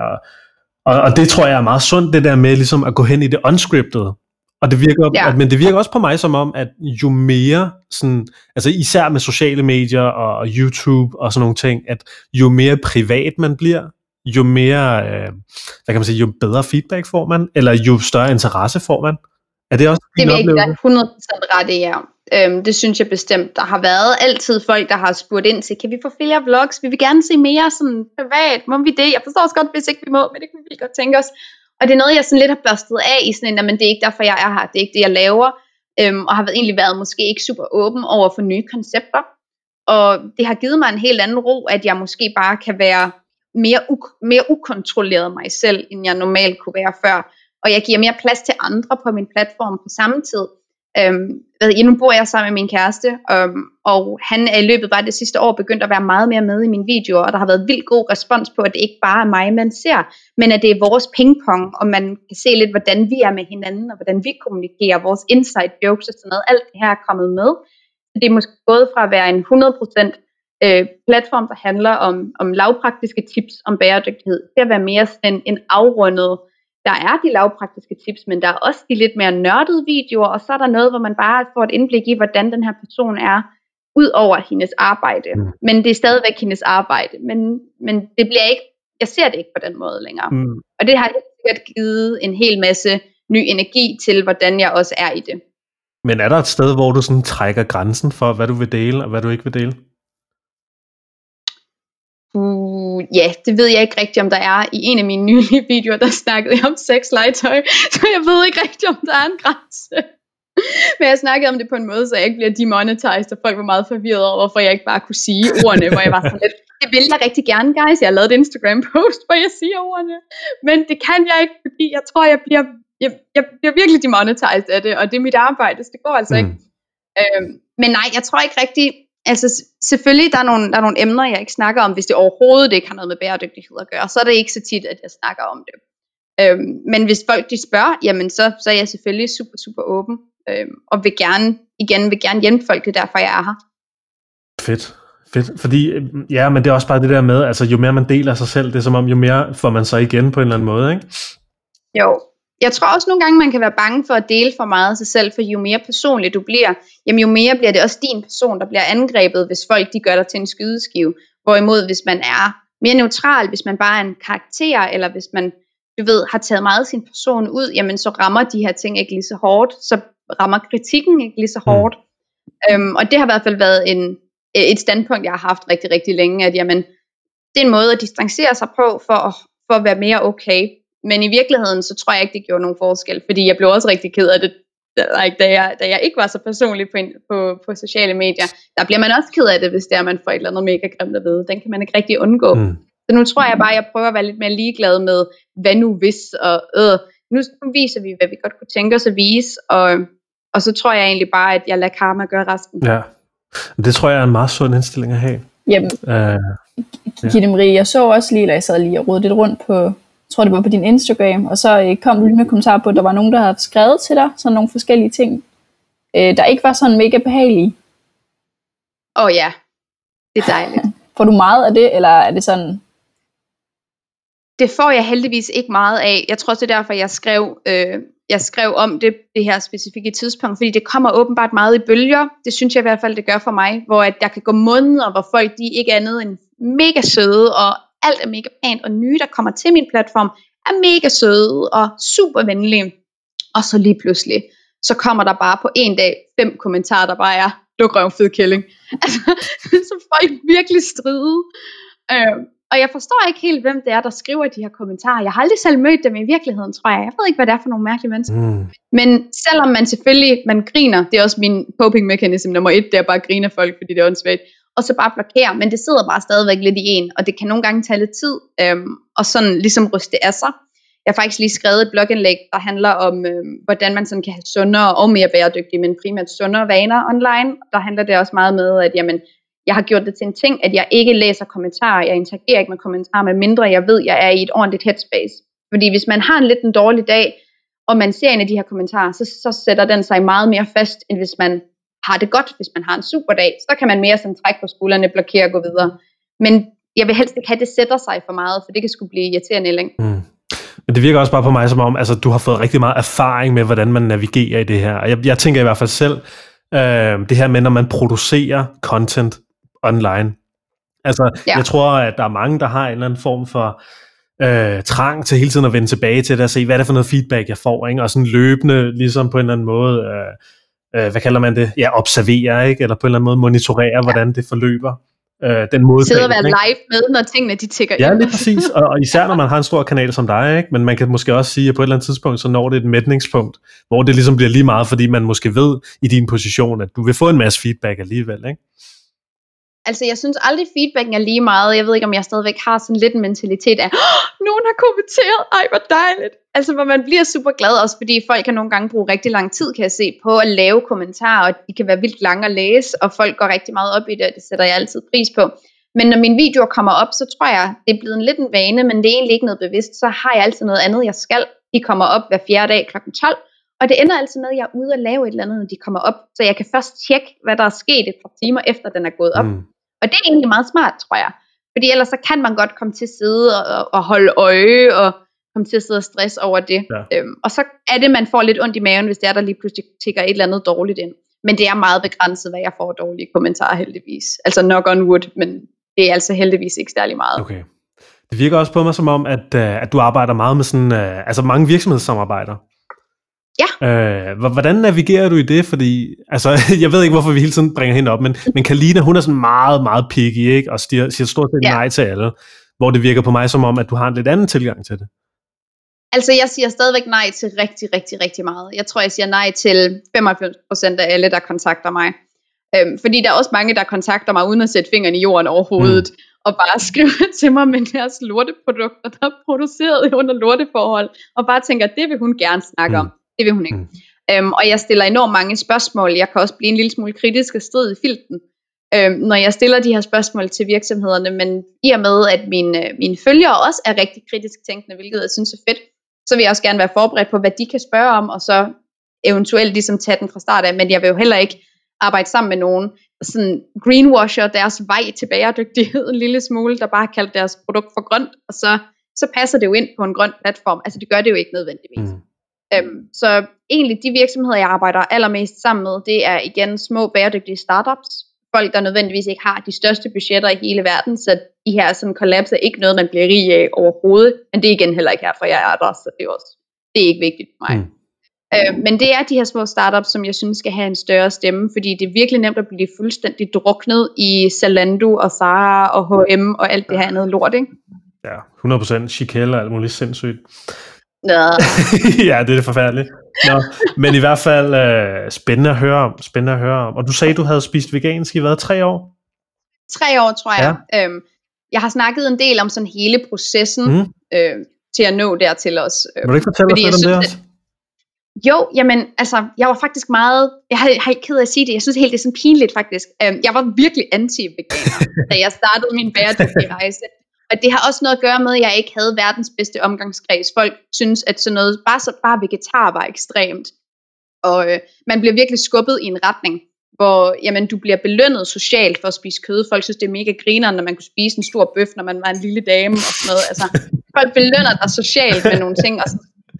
og det tror jeg er meget sundt, det der med ligesom at gå hen i det unscripted. Og det virker, men det virker også på mig som om, at jo mere sådan, altså især med sociale medier og YouTube og sådan nogle ting, at jo mere privat man bliver, jo mere, hvad kan man sige, jo bedre feedback får man, eller jo større interesse får man. Er det også din oplevelse? Det vil jeg 100% ret i, ja. Det synes jeg bestemt. Der har været altid folk, der har spurgt ind til, kan vi få flere vlogs? Vi vil gerne se mere sådan privat. Må vi det? Jeg forstår også godt, hvis ikke vi må, men det kan vi godt tænke os. Og det er noget, jeg sådan lidt har børstet af i sådan en, men det er ikke derfor, jeg er her. Det er ikke det, jeg laver. Og har egentlig været måske ikke super åben over for nye koncepter. Og det har givet mig en helt anden ro, at jeg måske bare kan være mere ukontrolleret mig selv, end jeg normalt kunne være før. Og jeg giver mere plads til andre på min platform på samme tid. Nu bor jeg sammen med min kæreste, og han er i løbet bare det sidste år begyndt at være meget mere med i mine videoer, og der har været vildt god respons på, at det ikke bare er mig, man ser, men at det er vores pingpong, og man kan se lidt, hvordan vi er med hinanden, og hvordan vi kommunikerer, vores inside jokes og sådan noget. Alt det her er kommet med. Det er måske gået fra at være en 100% platform, der handler om lavpraktiske tips om bæredygtighed, til at være mere sådan en afrundet. Der er de lavpraktiske tips, men der er også de lidt mere nørdede videoer, og så er der noget, hvor man bare får et indblik i, hvordan den her person er, ud over hendes arbejde. Men det er stadigvæk hendes arbejde, men det bliver ikke, jeg ser det ikke på den måde længere. Og det har helt sikkert givet en hel masse ny energi til, hvordan jeg også er i det. Men er der et sted, hvor du sådan trækker grænsen for, hvad du vil dele, og hvad du ikke vil dele? Ja, det ved jeg ikke rigtigt, om der er. I en af mine nylige videoer, der snakkede jeg om sexlegetøj, så jeg ved ikke rigtigt, om der er en grænse. Men jeg snakkede om det på en måde, så jeg ikke bliver demonetized, og folk var meget forvirret over, hvorfor jeg ikke bare kunne sige ordene, hvor jeg var sådan lidt, det vil jeg rigtig gerne, guys. Jeg har lavet et Instagram-post, hvor jeg siger ordene, men det kan jeg ikke, fordi jeg tror, jeg bliver virkelig demonetized af det, og det er mit arbejde, så det går altså ikke. Men nej, jeg tror ikke rigtig. Altså selvfølgelig, der er nogle emner, jeg ikke snakker om, hvis det overhovedet ikke har noget med bæredygtighed at gøre, så er det ikke så tit, at jeg snakker om det. Men hvis folk de spørger, jamen så er jeg selvfølgelig super, super åben, og vil gerne hjælpe folk, det er derfor, jeg er her. Fedt. Fordi, ja, men det er også bare det der med, altså jo mere man deler sig selv, det er som om, jo mere får man sig igen på en eller anden måde, ikke? Jo. Jeg tror også nogle gange, man kan være bange for at dele for meget af sig selv, for jo mere personligt du bliver, jamen jo mere bliver det også din person, der bliver angrebet, hvis folk de gør dig til en skydeskive. Hvorimod hvis man er mere neutral, hvis man bare er en karakter, eller hvis man, har taget meget af sin person ud, jamen så rammer de her ting ikke lige så hårdt, så rammer kritikken ikke lige så hårdt. Og det har i hvert fald været et standpunkt, jeg har haft rigtig, rigtig længe, at jamen, det er en måde at distancere sig på, for at være mere okay. Men i virkeligheden, så tror jeg ikke, det gjorde nogen forskel, fordi jeg blev også rigtig ked af det, da jeg ikke var så personlig på sociale medier. Der bliver man også ked af det, hvis det er, man får et eller andet mega grimt at vide. Den kan man ikke rigtig undgå. Så nu tror jeg bare, at jeg prøver at være lidt mere ligeglad med, hvad nu hvis, og nu viser vi, hvad vi godt kunne tænke os at vise, og så tror jeg egentlig bare, at jeg lader karma gøre resten. Ja, det tror jeg er en meget sund indstilling at have. Jamen, Gitte Marie, jeg så også lige, da jeg sad lige og rodede lidt rundt på, jeg tror det var på din Instagram, og så kom du lige med kommentarer på, at der var nogen, der havde skrevet til dig, sådan nogle forskellige ting, der ikke var sådan mega behagelige. Ja, det er dejligt. Får du meget af det, eller er det sådan? Det får jeg heldigvis ikke meget af. Jeg tror også, det er derfor, jeg skrev om det her specifikke tidspunkt, fordi det kommer åbenbart meget i bølger. Det synes jeg i hvert fald, det gør for mig, hvor at der kan gå måneder, hvor folk de ikke er andet end mega søde, og alt er mega pænt, og nye, der kommer til min platform, er mega søde og super venlige. Og så lige pludselig, så kommer der bare på en dag 5 kommentarer, der bare er, luk røv, fed kælling. Altså, så folk virkelig stride. Og jeg forstår ikke helt, hvem det er, der skriver de her kommentarer. Jeg har aldrig selv mødt dem i virkeligheden, tror jeg. Jeg ved ikke, hvad det er for nogle mærkelige mennesker. Men selvom man griner, det er også min coping mechanism nummer 1, det er bare at grine af folk, fordi det er åndssvagt. Og så bare blokere, men det sidder bare stadigvæk lidt i en, og det kan nogle gange tage lidt tid, og sådan ligesom ryste af sig. Jeg har faktisk lige skrevet et blogindlæg, der handler om, hvordan man sådan kan have sundere og mere bæredygtige, men primært sundere vaner online. Der handler det også meget med, at jamen, jeg har gjort det til en ting, at jeg ikke læser kommentarer, jeg interagerer ikke med kommentarer, med mindre jeg ved, at jeg er i et ordentligt headspace. Fordi hvis man har en dårlig dag, og man ser en af de her kommentarer, så sætter den sig meget mere fast, end hvis man har det godt. Hvis man har en super dag, så kan man mere sådan trække på skuldrene, blokere og gå videre. Men jeg vil helst ikke have, det sætter sig for meget, for det kan sgu blive irriterende i længden. Men det virker også bare på mig som om, altså du har fået rigtig meget erfaring med, hvordan man navigerer i det her. Og jeg tænker i hvert fald selv, det her med, når man producerer content online. Altså, jeg tror, at der er mange, der har en eller anden form for trang til hele tiden at vende tilbage til det, og se, hvad er det for noget feedback, jeg får, ikke? Og sådan løbende, ligesom på en eller anden måde, hvad kalder man det? Ja, observere, ikke? Eller på en eller anden måde monitorere, hvordan det forløber. Den måde. Sidde og være live med, når tingene de tikker ind. Ja, lige præcis. Og især når man har en stor kanal som dig, ikke? Men man kan måske også sige, at på et eller andet tidspunkt, så når det et mætningspunkt, hvor det ligesom bliver lige meget, fordi man måske ved i din position, at du vil få en masse feedback alligevel, ikke? Altså, jeg synes aldrig, feedbacken er lige meget. Jeg ved ikke, om jeg stadigvæk har sådan lidt en mentalitet af, nogen har kommenteret, ej, hvor dejligt. Altså, hvor man bliver super glad, også fordi folk kan nogle gange bruge rigtig lang tid, kan jeg se, på at lave kommentarer, og de kan være vildt lange at læse, og folk går rigtig meget op i det, og det sætter jeg altid pris på. Men når mine videoer kommer op, så tror jeg, det er blevet lidt en vane, men det er egentlig ikke noget bevidst. Så har jeg altid noget andet, jeg skal. De kommer op hver 4. dag kl. 12, og det ender altid med, at jeg er ude og lave et eller andet, når de kommer op, så jeg kan først tjekke, hvad der er sket et par timer efter, den er gået op. Og det er egentlig meget smart, tror jeg. Fordi ellers så kan man godt komme til at sidde og holde øje, og komme til at sidde og stress over det. Ja. Og så er det, man får lidt ondt i maven, hvis det er, der lige pludselig tikker et eller andet dårligt ind. Men det er meget begrænset, hvad jeg får dårlige kommentarer heldigvis. Altså knock on wood, men det er altså heldigvis ikke særlig meget. Okay. Det virker også på mig som om, at du arbejder meget med sådan, altså mange virksomhedssamarbejder. Ja. Hvordan navigerer du i det? Fordi, altså, jeg ved ikke, hvorfor vi hele tiden bringer hende op, men Kalina, hun er sådan meget, meget picky, ikke? Og siger stort set nej til alle. Hvor det virker på mig som om, at du har en lidt anden tilgang til det. Altså, jeg siger stadigvæk nej til rigtig, rigtig, rigtig meget. Jeg tror, jeg siger nej til 95% af alle, der kontakter mig. Fordi der er også mange, der kontakter mig, uden at sætte fingeren i jorden overhovedet, og bare skriver til mig med deres lorteprodukter, der er produceret under lorteforhold, og bare tænker, det vil hun gerne snakke om. Det vil hun ikke. Og jeg stiller enormt mange spørgsmål. Jeg kan også blive en lille smule kritisk og strid i filten, når jeg stiller de her spørgsmål til virksomhederne. Men i og med, at mine følgere også er rigtig kritisk tænkende, hvilket jeg synes er fedt, så vil jeg også gerne være forberedt på, hvad de kan spørge om, og så eventuelt ligesom tage den fra start af. Men jeg vil jo heller ikke arbejde sammen med nogen, der sådan greenwasher deres vej til bæredygtighed en lille smule, der bare har kaldt deres produkt for grønt, og så passer det jo ind på en grøn platform. Altså det gør det jo ikke nødvendigvis. Så egentlig de virksomheder, jeg arbejder allermest sammen med, det er igen små bæredygtige startups. Folk, der nødvendigvis ikke har de største budgetter i hele verden, så de her sådan collabs er ikke noget, man bliver rig af overhovedet. Men det er igen heller ikke her, for jeg er der, så det er ikke vigtigt for mig. Men det er de her små startups, som jeg synes skal have en større stemme, fordi det er virkelig nemt at blive fuldstændig druknet i Zalando og Zara og H&M og alt det her andet lort, ikke? Ja, 100% chikelle og alt muligt sindssygt. Nå. Ja, det er det forfærdeligt. Nå, men i hvert fald spændende at høre om. Og du sagde, du havde spist vegansk i hvad, 3 år? 3 år, tror jeg. Ja. Jeg har snakket en del om sådan hele processen til at nå dertil også. Må du ikke fortælle os lidt om det også? Jo, jamen, altså, jeg var faktisk meget, jeg har ikke ked af at sige det, jeg synes helt, det er sådan pinligt faktisk. Jeg var virkelig anti-veganer, da jeg startede min bæredygtige rejse. Og det har også noget at gøre med, at jeg ikke havde verdens bedste omgangskreds. Folk synes, at sådan noget, bare vegetar var ekstremt. Og man bliver virkelig skubbet i en retning, hvor jamen, du bliver belønnet socialt for at spise kød. Folk synes, det er mega grineren, når man kunne spise en stor bøf, når man var en lille dame og sådan noget. Altså, folk belønner dig socialt med nogle ting. Og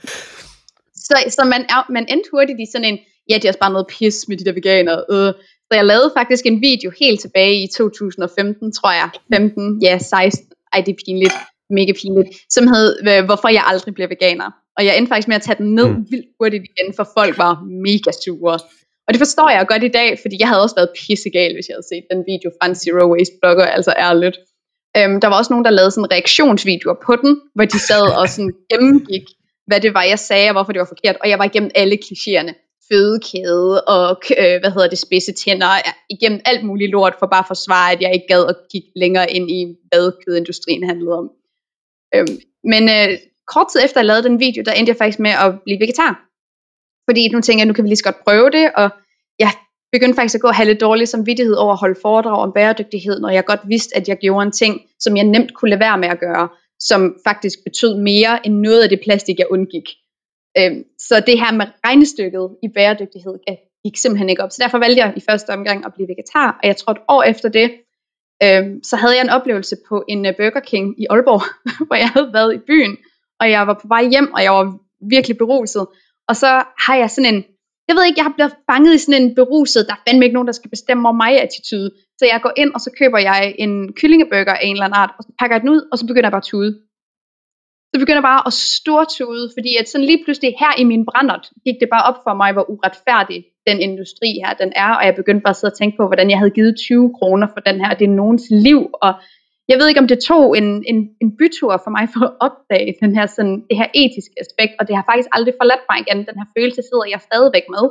så man endte hurtigt i sådan en, ja, det er også bare noget pis med de der veganere. Så jeg lavede faktisk en video helt tilbage i 2015, tror jeg. 16. Ej, det er pinligt. Mega pinligt. Som hed, hvorfor jeg aldrig bliver veganer. Og jeg endte faktisk med at tage den ned vildt hurtigt igen, for folk var mega sure. Og det forstår jeg godt i dag, fordi jeg havde også været pissegal, hvis jeg havde set den video fra en zero waste blogger, altså ærligt. Der var også nogen, der lavede sådan reaktionsvideoer på den, hvor de sad og sådan gennemgik, hvad det var, jeg sagde, og hvorfor det var forkert. Og jeg var igennem alle klichéerne. Fødekæde og, spidse tænder, igennem alt muligt lort, for bare at forsvare, at jeg ikke gad at kigge længere ind i, hvad kødindustrien handlede om. Men kort tid efter jeg lavede den video, der endte jeg faktisk med at blive vegetar. Fordi nu tænker jeg, nu kan vi lige så godt prøve det, og jeg begyndte faktisk at gå og have lidt dårlig samvittighed over at holde foredrag om bæredygtighed, når jeg godt vidste, at jeg gjorde en ting, som jeg nemt kunne lade være med at gøre, som faktisk betød mere end noget af det plastik, jeg undgik. Så det her med regnestykket i bæredygtighed gik simpelthen ikke op. Så derfor valgte jeg i første omgang at blive vegetar, og jeg tror et år efter det, så havde jeg en oplevelse på en Burger King i Aalborg, hvor jeg havde været i byen, og jeg var på vej hjem, og jeg var virkelig beruset. Og så har jeg sådan en, jeg ved ikke, jeg har blevet fanget i sådan en beruset, der er fandme ikke nogen, der skal bestemme over mig attitude. Så jeg går ind, og så køber jeg en kyllingeburger af en eller anden art, og så pakker jeg den ud, og så begynder jeg bare at tude. Så begynder jeg bare at stortude, fordi at sådan lige pludselig her i min brændert, gik det bare op for mig, hvor uretfærdig den industri her den er, og jeg begyndte bare at sidde og tænke på, hvordan jeg havde givet 20 kroner for den her, det er nogens liv, og jeg ved ikke, om det tog en bytur for mig for at opdage den her, sådan, det her etiske aspekt, og det har faktisk aldrig forladt mig igen. Den her følelse sidder jeg stadigvæk med.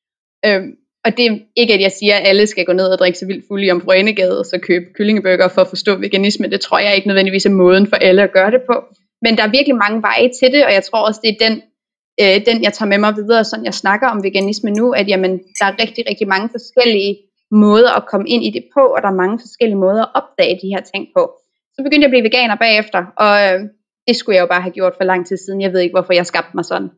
Og det er ikke, at jeg siger, at alle skal gå ned og drikke sig vildt fuld i Omfru Anegade, og så købe kyllingeburger for at forstå veganisme. Det tror jeg ikke nødvendigvis er måden for alle at gøre det på. Men der er virkelig mange veje til det, og jeg tror også, det er den jeg tager med mig videre, sådan jeg snakker om veganisme nu, at jamen, der er rigtig, rigtig mange forskellige måder at komme ind i det på, og der er mange forskellige måder at opdage de her ting på. Så begyndte jeg at blive veganer bagefter, og det skulle jeg jo bare have gjort for lang tid siden. Jeg ved ikke, hvorfor jeg skabte mig sådan.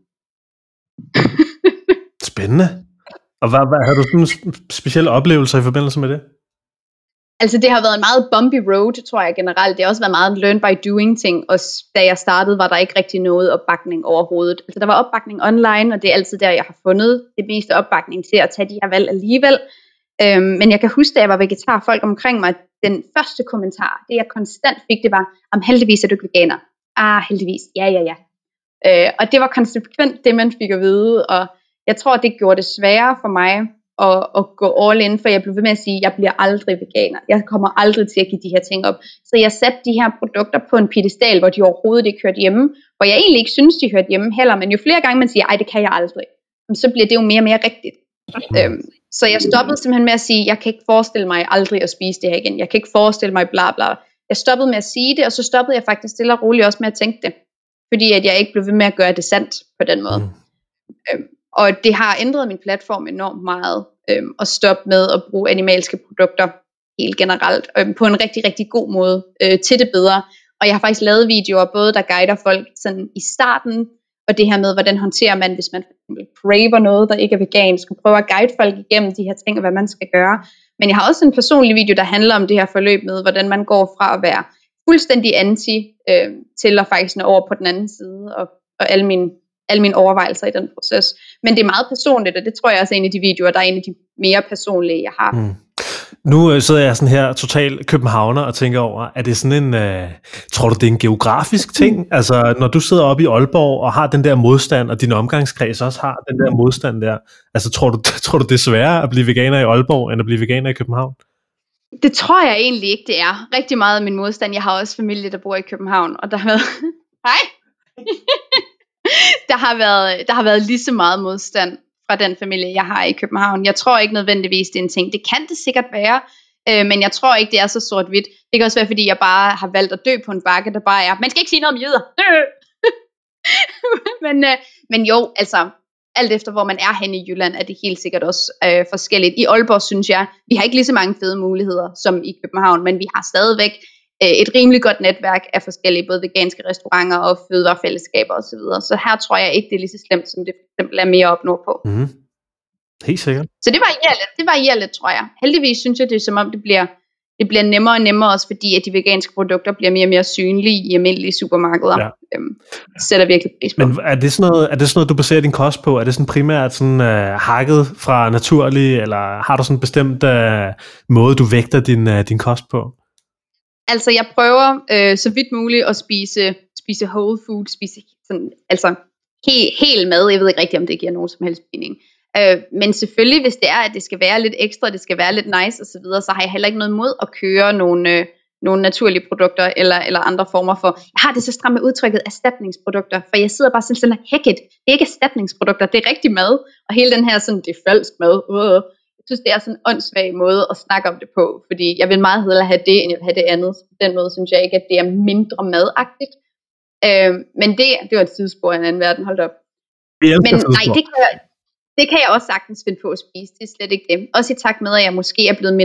Spændende. Og hvad har du sådan specielle oplevelser i forbindelse med det? Altså det har været en meget bumpy road, tror jeg generelt. Det har også været meget en learn by doing ting. Og da jeg startede, var der ikke rigtig noget opbakning overhovedet. Altså der var opbakning online, og det er altid der, jeg har fundet det meste opbakning til at tage de her valg alligevel. Men jeg kan huske, da jeg var vegetar, folk omkring mig, den første kommentar, det jeg konstant fik, det var, om heldigvis er du ikke veganer. Heldigvis, ja. Og det var konsekvent det, man fik at vide, og jeg tror, det gjorde det sværere for mig at gå all in, for jeg blev ved med at sige, jeg bliver aldrig veganer. Jeg kommer aldrig til at give de her ting op. Så jeg satte de her produkter på en piedestal, hvor de overhovedet ikke hørte hjemme, hvor jeg egentlig ikke synes, de hørte hjemme heller, men jo flere gange man siger, ej, det kan jeg aldrig, så bliver det jo mere og mere rigtigt. Så jeg stoppede simpelthen med at sige, jeg kan ikke forestille mig aldrig at spise det her igen. Jeg kan ikke forestille mig bla bla. Jeg stoppede med at sige det, og så stoppede jeg faktisk stille og roligt også med at tænke det. Fordi at jeg ikke blev ved med at gøre det sandt på den måde. Og det har ændret min platform enormt meget. At stoppe med at bruge animalske produkter helt generelt. På en rigtig, rigtig god måde til det bedre. Og jeg har faktisk lavet videoer, både der guider folk sådan i starten, og det her med, hvordan håndterer man, hvis man craver noget, der ikke er vegansk, og prøver at guide folk igennem de her ting, og hvad man skal gøre. Men jeg har også en personlig video, der handler om det her forløb med, hvordan man går fra at være fuldstændig anti, til at faktisk nå over på den anden side, og alle mine overvejelser i den proces. Men det er meget personligt, og det tror jeg også er en af de videoer, der er en af de mere personlige, jeg har. Nu sidder jeg sådan her total københavner og tænker over, er det sådan en, tror du det er en geografisk ting? Altså når du sidder oppe i Aalborg og har den der modstand, og din omgangskreds også har den der modstand der, altså tror du det er sværere at blive veganer i Aalborg, end at blive veganer i København? Det tror jeg egentlig ikke, det er. Rigtig meget af min modstand. Jeg har også familie, der bor i København, og der har været... Hej! der har været lige så meget modstand fra den familie, jeg har i København. Jeg tror ikke nødvendigvis, det er en ting. Det kan det sikkert være, men jeg tror ikke, det er så sort-hvidt. Det kan også være, fordi jeg bare har valgt at dø på en bakke, der bare er, man skal ikke sige noget om jøder. men jo, altså, alt efter hvor man er henne i Jylland, er det helt sikkert også forskelligt. I Aalborg synes jeg, vi har ikke lige så mange fede muligheder som i København, men vi har stadigvæk et rimelig godt netværk af forskellige, både veganske restauranter og fødevarefællesskaber osv. Så her tror jeg ikke, det er lige så slemt, som det for eksempel er mere op nordpå. Mm. Helt sikkert. Så det varierer lidt, tror jeg. Heldigvis synes jeg, det er som om, det bliver nemmere og nemmere, også fordi at de veganske produkter bliver mere og mere synlige i almindelige supermarkeder. Ja. Sætter virkelig pris på. Men er det sådan noget, du baserer din kost på? Er det sådan primært sådan, hakket fra naturlig, eller har du sådan en bestemt måde, du vægter din kost på? Altså, jeg prøver så vidt muligt at spise whole food, spise sådan, altså helt mad. Jeg ved ikke rigtig, om det giver nogen som helst mening. Men selvfølgelig, hvis det er, at det skal være lidt ekstra, det skal være lidt nice osv., så har jeg heller ikke noget imod at køre nogle naturlige produkter eller andre former for. Jeg har det så stramt med udtrykket erstatningsprodukter, for jeg sidder bare sådan og hækket. Det er ikke erstatningsprodukter, det er rigtig mad. Og hele den her sådan, det er falsk mad. Jeg synes, det er sådan en åndssvag måde at snakke om det på, fordi jeg vil meget hellere have det, end jeg vil have det andet. Så på den måde synes jeg ikke, at det er mindre madagtigt. Men det var et sidespor i en anden verden, hold op. Men nej, det kan jeg også sagtens finde på at spise, det er slet ikke det. Også i takt med, at jeg måske er blevet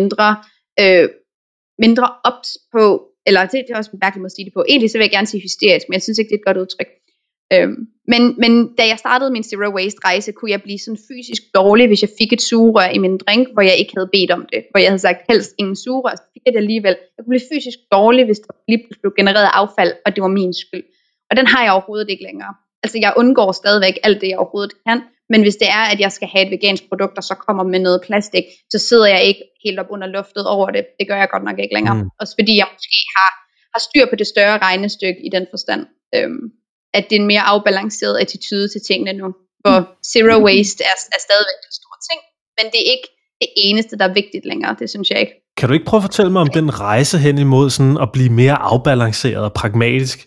mindre ops på, eller det er også mærkeligt at sige det på. Egentlig så vil jeg gerne sige hysterisk, men jeg synes ikke, det er et godt udtryk. Men da jeg startede min Zero Waste rejse, kunne jeg blive sådan fysisk dårlig, hvis jeg fik et sugerør i min drink, hvor jeg ikke havde bedt om det. Hvor jeg havde sagt, helst ingen sugerør, så fik jeg det alligevel. Jeg kunne blive fysisk dårlig, hvis der lige blev genereret affald, og det var min skyld. Og den har jeg overhovedet ikke længere. Altså jeg undgår stadigvæk alt det, jeg overhovedet kan. Men hvis det er, at jeg skal have et vegansk produkt, og så kommer med noget plastik, så sidder jeg ikke helt op under luftet over det. Det gør jeg godt nok ikke længere. Også fordi jeg måske har styr på det større regnestykke i den forstand. At det er en mere afbalanceret attitude til tingene nu. For zero waste er stadigvæk en stor ting, men det er ikke det eneste, der er vigtigt længere. Det synes jeg ikke. Kan du ikke prøve at fortælle mig om den rejse hen imod sådan at blive mere afbalanceret og pragmatisk?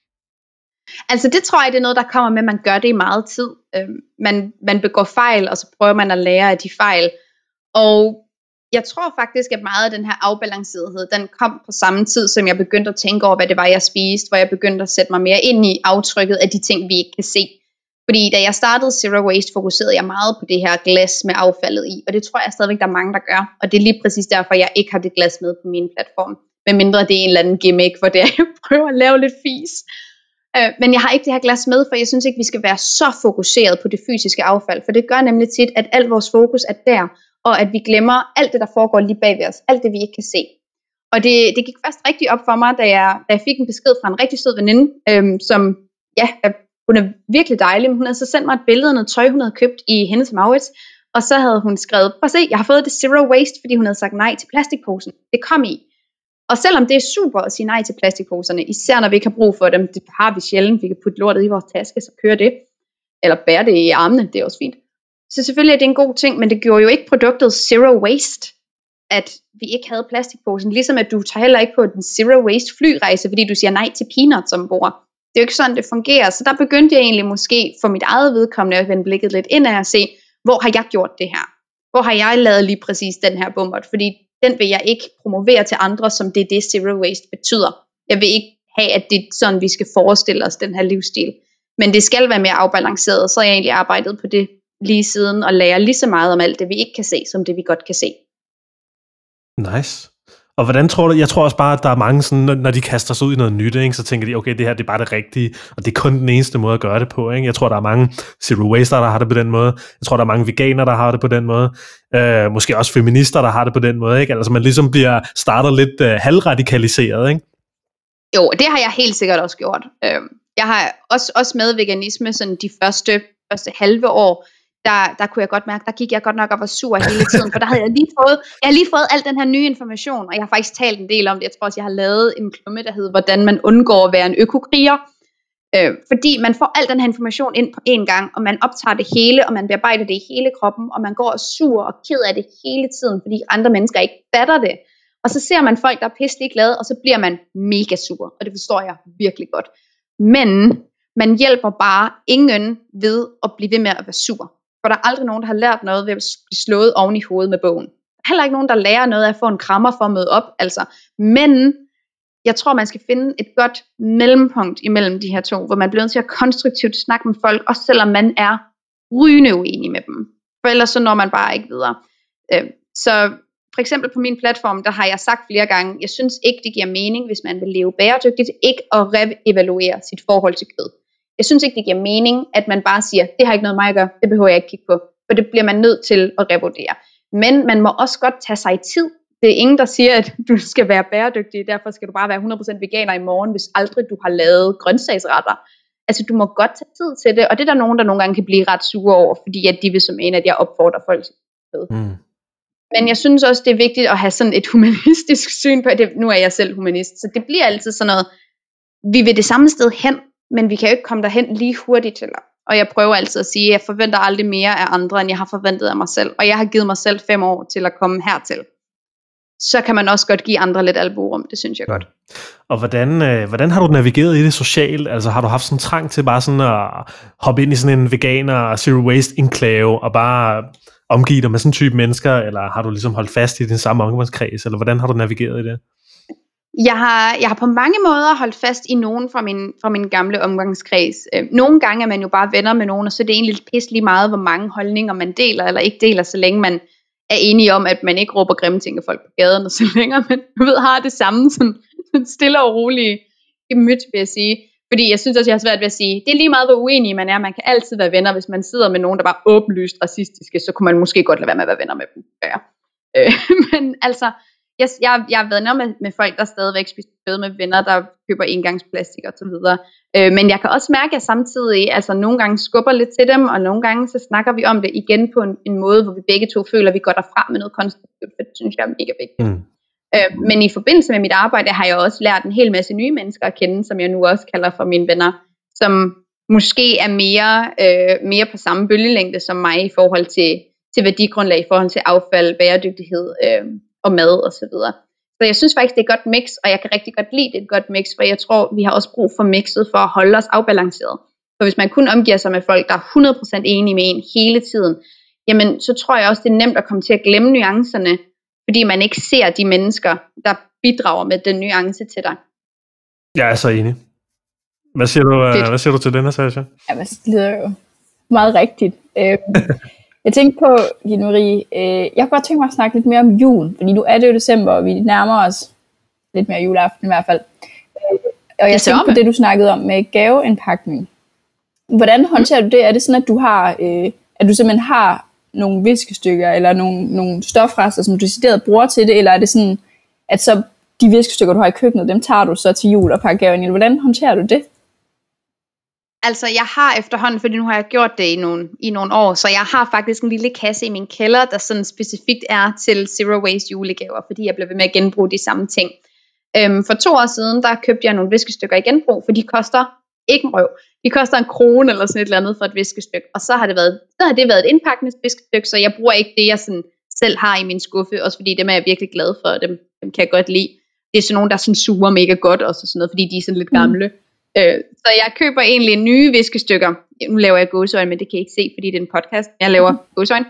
Altså det tror jeg, det er noget, der kommer med, at man gør det i meget tid. Man begår fejl, og så prøver man at lære af de fejl. Og jeg tror faktisk, at meget af den her afbalancerethed, den kom på samme tid, som jeg begyndte at tænke over, hvad det var, jeg spiste, hvor jeg begyndte at sætte mig mere ind i aftrykket af de ting, vi ikke kan se. Fordi da jeg startede Zero Waste, fokuserede jeg meget på det her glas med affaldet i, og det tror jeg stadigvæk, der er mange, der gør. Og det er lige præcis derfor, jeg ikke har det glas med på min platform. Medmindre det er en eller anden gimmick, hvor det er, jeg prøver at lave lidt fis. Men jeg har ikke det her glas med, for jeg synes ikke, vi skal være så fokuseret på det fysiske affald, for det gør nemlig tit, at al vores fokus er der, og at vi glemmer alt det, der foregår lige bag ved os, alt det, vi ikke kan se. Og det gik først rigtig op for mig, da jeg fik en besked fra en rigtig sød veninde, som, ja, hun er virkelig dejlig, men hun havde så sendt mig et billede af noget tøj, hun havde købt i Hennes & Mauritz, og så havde hun skrevet, prøv at se, jeg har fået det Zero Waste, fordi hun havde sagt nej til plastikposen. Det kom i. Og selvom det er super at sige nej til plastikposerne, især når vi ikke har brug for dem, det har vi sjældent, vi kan putte lortet i vores taske, så kører det, eller bære det i armene, det er også fint. Så selvfølgelig er det en god ting, men det gjorde jo ikke produktet Zero Waste, at vi ikke havde plastikposen, ligesom at du tager heller ikke på den Zero Waste flyrejse, fordi du siger nej til peanuts ombord. Det er jo ikke sådan, det fungerer, så der begyndte jeg egentlig måske for mit eget vedkommende at vende blikket lidt ind af at se, hvor har jeg gjort det her? Hvor har jeg lavet lige præcis den her bommert? Fordi den vil jeg ikke promovere til andre, som det er det Zero Waste betyder. Jeg vil ikke have, at det er sådan, vi skal forestille os den her livsstil. Men det skal være mere afbalanceret, så har jeg egentlig arbejdet på det lige siden, og lære lige så meget om alt det, vi ikke kan se, som det vi godt kan se. Nice. Og hvordan tror du, jeg tror også bare, at der er mange sådan, når de kaster sig ud i noget nyt, ikke, så tænker de, okay, det her det er bare det rigtige, og det er kun den eneste måde at gøre det på. Ikke? Jeg tror, der er mange zero waster, der har det på den måde. Jeg tror, der er mange veganer, der har det på den måde. Måske også feminister, der har det på den måde. Ikke? Altså man ligesom bliver startet lidt halvradikaliseret, ikke? Jo, det har jeg helt sikkert også gjort. Jeg har også med veganisme sådan de første halve år, der kunne jeg godt mærke, der gik jeg godt nok og var sur hele tiden, for der havde jeg lige fået al den her nye information, og jeg har faktisk talt en del om det. Jeg tror også, jeg har lavet en klumme, der hedder, hvordan man undgår at være en økokriger. Fordi man får al den her information ind på én gang, og man optager det hele, og man bearbejder det i hele kroppen, og man går og sur og ked af det hele tiden, fordi andre mennesker ikke fatter det. Og så ser man folk, der er pisselig glade, og så bliver man mega sur, og det forstår jeg virkelig godt. Men man hjælper bare ingen ved at blive ved med at være sur. For der er aldrig nogen, der har lært noget ved at blive slået oven i hovedet med bogen. Der er heller ikke nogen, der lærer noget af at få en krammer for at møde op. Altså. Men jeg tror, man skal finde et godt mellempunkt imellem de her to, hvor man bliver nødt til at konstruktivt snakke med folk, også selvom man er rygende uenig med dem. For ellers så når man bare ikke videre. Så for eksempel på min platform, der har jeg sagt flere gange, jeg synes ikke, det giver mening, hvis man vil leve bæredygtigt, ikke at reevaluere sit forhold til kød. Jeg synes ikke, det giver mening, at man bare siger, det har ikke noget med mig at gøre, det behøver jeg ikke kigge på. For det bliver man nødt til at revurdere. Men man må også godt tage sig i tid. Det er ingen, der siger, at du skal være bæredygtig, derfor skal du bare være 100% veganer i morgen, hvis aldrig du har lavet grøntsagsretter. Altså, du må godt tage tid til det, og det er der nogen, der nogle gange kan blive ret sure over, fordi at de vil som en, at jeg opfordrer folk til det. Men jeg synes også, det er vigtigt at have sådan et humanistisk syn på det. Nu er jeg selv humanist, så det bliver altid sådan noget, vi vil det samme sted hen, men vi kan jo ikke komme derhen lige hurtigt til. Og jeg prøver altid at sige, at jeg forventer aldrig mere af andre, end jeg har forventet af mig selv. Og jeg har givet mig selv 5 år til at komme hertil. Så kan man også godt give andre lidt albuerum, det synes jeg godt. Og hvordan har du navigeret i det socialt? Altså har du haft sådan en trang til bare sådan at hoppe ind i sådan en veganer zero waste enklave og bare omgive dig med sådan en type mennesker, eller har du ligesom holdt fast i din samme omgangskreds, eller hvordan har du navigeret i det? Jeg har på mange måder holdt fast i nogen fra min gamle omgangskreds. Nogle gange er man jo bare venner med nogen, og så er det egentlig pisse lige meget, hvor mange holdninger man deler eller ikke deler, så længe man er enige om, at man ikke råber grimme ting af folk på gaden, og så længe man har det samme sådan stille og roligt gemyt, vil jeg sige. Fordi jeg synes også, jeg har svært ved at sige, det er lige meget, hvor uenige man er. Man kan altid være venner, hvis man sidder med nogen, der bare er åbenlyst racistiske, så kunne man måske godt lade være med at være venner med dem. Ja. Men altså, jeg har været venner med folk, der stadigvæk spiser kød, med venner, der køber engangsplastik og så videre. Men jeg kan også mærke, at jeg samtidig nogle gange skubber lidt til dem, og nogle gange så snakker vi om det igen på en måde, hvor vi begge to føler, at vi går derfra med noget konstruktivt, for det synes jeg er mega vigtigt. Men i forbindelse med mit arbejde har jeg også lært en hel masse nye mennesker at kende, som jeg nu også kalder for mine venner, som måske er mere på samme bølgelængde som mig i forhold til værdigrundlag, i forhold til affald, bæredygtighed og mad og så videre. Så jeg synes faktisk, det er et godt mix, og jeg kan rigtig godt lide det et godt mix, for jeg tror, vi har også brug for mixet for at holde os afbalanceret. For hvis man kun omgiver sig med folk, der er 100% enige med en hele tiden, jamen så tror jeg også, det er nemt at komme til at glemme nuancerne, fordi man ikke ser de mennesker, der bidrager med den nuance til dig. Jeg er så enig. Hvad siger du til den her, Sasha? Jamen, det lyder jo meget rigtigt. Jeg tænkte på, Gitte Marie, jeg kunne godt tænke mig at snakke lidt mere om jul, fordi nu er det jo december, og vi nærmer os lidt mere juleaften i hvert fald. Og jeg tænkte på det, du snakkede om med gaveindpakning. Hvordan håndterer du det? Er det sådan, at du simpelthen har nogle viskestykker, eller nogle stofrester, som du decideret bruger til det, eller er det sådan, at så de viskestykker, du har i køkkenet, dem tager du så til jul og pakker gaven i? Hvordan håndterer du det? Altså, jeg har efterhånden, fordi nu har jeg gjort det i nogle år, så jeg har faktisk en lille kasse i min kælder, der sådan specifikt er til zero waste julegaver, fordi jeg blev ved med at genbruge de samme ting. For 2 år siden, der købte jeg nogle viskestykker i genbrug, for de koster ikke en røv. De koster 1 krone eller sådan et eller andet for et viskestykke, og så har det været et indpakningsviskestykke, så jeg bruger ikke det, jeg sådan selv har i min skuffe, også fordi dem er jeg virkelig glad for, dem kan jeg godt lide. Det er sådan nogle, der sådan suger mega godt også, og sådan noget, fordi de er sådan lidt gamle. Så jeg køber egentlig nye viskestykker. Nu laver jeg gåseøjne, men det kan I ikke se, fordi det er en podcast. Jeg laver gåseøjne.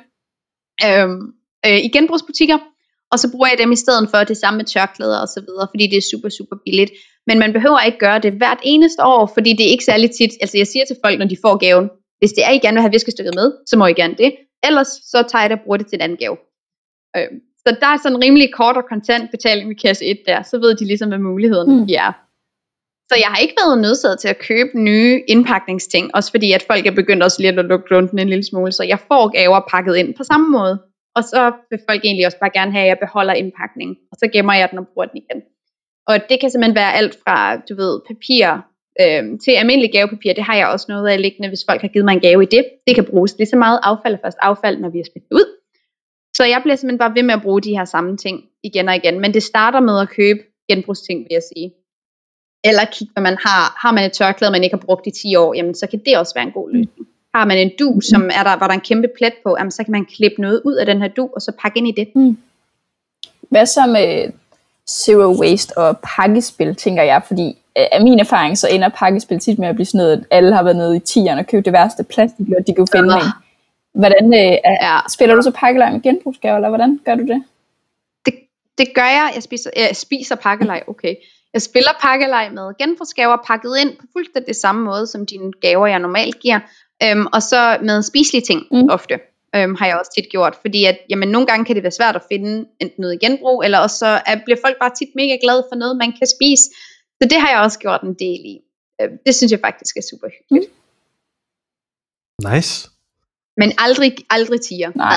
I genbrugsbutikker. Og så bruger jeg dem i stedet for det samme med tørklæder og så videre, fordi det er super, super billigt. Men man behøver ikke gøre det hvert eneste år, fordi det er ikke særlig tit. Altså jeg siger til folk, når de får gaven, hvis det er, I gerne vil have viskestykket med, så må I gerne det. Ellers så tager jeg det og bruger det til en anden gave. Så der er sådan en rimelig kort og kontant betaling med kasse 1 der, så ved de ligesom, hvad muligheden er. Så jeg har ikke været nødsaget til at købe nye indpakningsting, også fordi at folk er begyndt også lige at lukke runden en lille smule, så jeg får gaver pakket ind på samme måde. Og så vil folk egentlig også bare gerne have, at jeg beholder indpakningen, og så gemmer jeg den og bruger den igen. Og det kan simpelthen være alt fra, papir, Til almindelig gavepapir, det har jeg også noget af liggende, hvis folk har givet mig en gave i det. Det kan bruges lige så meget affald, først affald, når vi har smidt det ud. Så jeg bliver simpelthen bare ved med at bruge de her samme ting igen og igen. Men det starter med at købe genbrugsting, vil jeg sige. Eller kigge, hvad man har. Har man et tørklæde, man ikke har brugt i 10 år, jamen så kan det også være en god løsning. Har man en dug, som er der, hvor der er en kæmpe plet på, jamen så kan man klippe noget ud af den her dug, og så pakke ind i det. Hvad så med zero waste og pakkespil, tænker jeg, fordi af min erfaring, så ender pakkespil tit med at blive sådan noget, at alle har været nede i 10'erne og købt det værste plastik, og de kan finde en. Hvordan spiller du så pakkelej med genbrugsgaver, eller hvordan gør du det? Det gør jeg. Jeg spiser pakkelej, okay. Jeg spiller pakkelej med genbrugsgaver pakket ind på fuldstændig det samme måde, som dine gaver, jeg normalt giver. Og så med spiselige ting ofte, har jeg også tit gjort. Fordi at, jamen, nogle gange kan det være svært at finde enten noget i genbrug, eller også så bliver folk bare tit mega glade for noget, man kan spise. Så det har jeg også gjort en del i. Det synes jeg faktisk er super hyggeligt. Nice. Men aldrig tiger. Nej.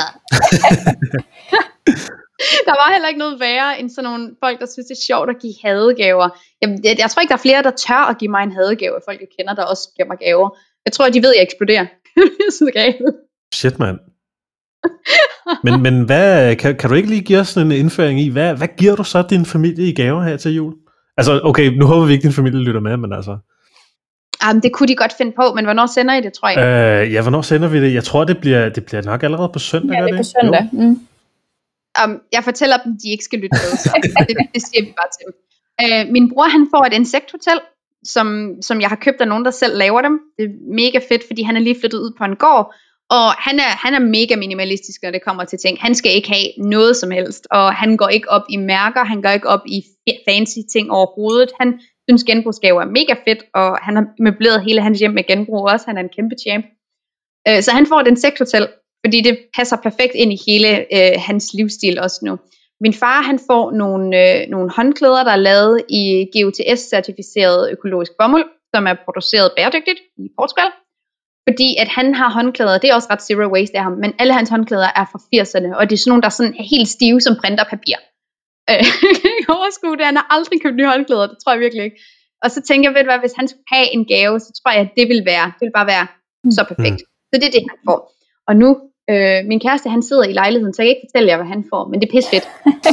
Der var heller ikke noget værre end sådan nogle folk, der synes, det er sjovt at give hadegaver. Jeg tror ikke, der er flere, der tør at give mig en hadegave, af folk, jeg kender, der også giver mig gaver. Jeg tror, de ved, at jeg eksploderer. Shit, mand. Men hvad, kan du ikke lige give os en indføring i, hvad giver du så din familie i gaver her til jul? Altså, okay, nu håber vi ikke, din familie lytter med, men altså... Det kunne de godt finde på, men hvornår sender I det, tror jeg? Ja, hvornår sender vi det? Jeg tror, det bliver nok allerede på søndag. Ja, det er på søndag. Jeg fortæller dem, de ikke skal lytte med, så det siger vi bare til dem. Min bror, han får et insekthotel, som jeg har købt af nogen, der selv laver dem. Det er mega fedt, fordi han er lige flyttet ud på en gård, og han er mega minimalistisk, når det kommer til ting. Han skal ikke have noget som helst, og han går ikke op i mærker, han går ikke op i fancy ting overhovedet. Han synes genbrugsgaver er mega fedt, og han har møbleret hele hans hjem med genbrug også. Han er en kæmpe champ. Så han får et insekthotel, fordi det passer perfekt ind i hele hans livsstil også nu. Min far, han får nogle håndklæder, der er lavet i GOTS-certificeret økologisk bomuld, som er produceret bæredygtigt i Portugal. Fordi at han har håndklæder, det er også ret zero waste af ham, men alle hans håndklæder er fra 80'erne, og det er sådan nogle, der er sådan helt stive som printerpapir. Jeg kan ikke overskue det, han har aldrig købt nye håndklæder, det tror jeg virkelig ikke. Og så tænker jeg, ved du hvad, hvis han skulle have en gave, så tror jeg, at det vil bare være så perfekt. Så det er det, han får. Og nu, min kæreste, han sidder i lejligheden, så jeg kan ikke fortælle jer, hvad han får, men det er pisse fedt.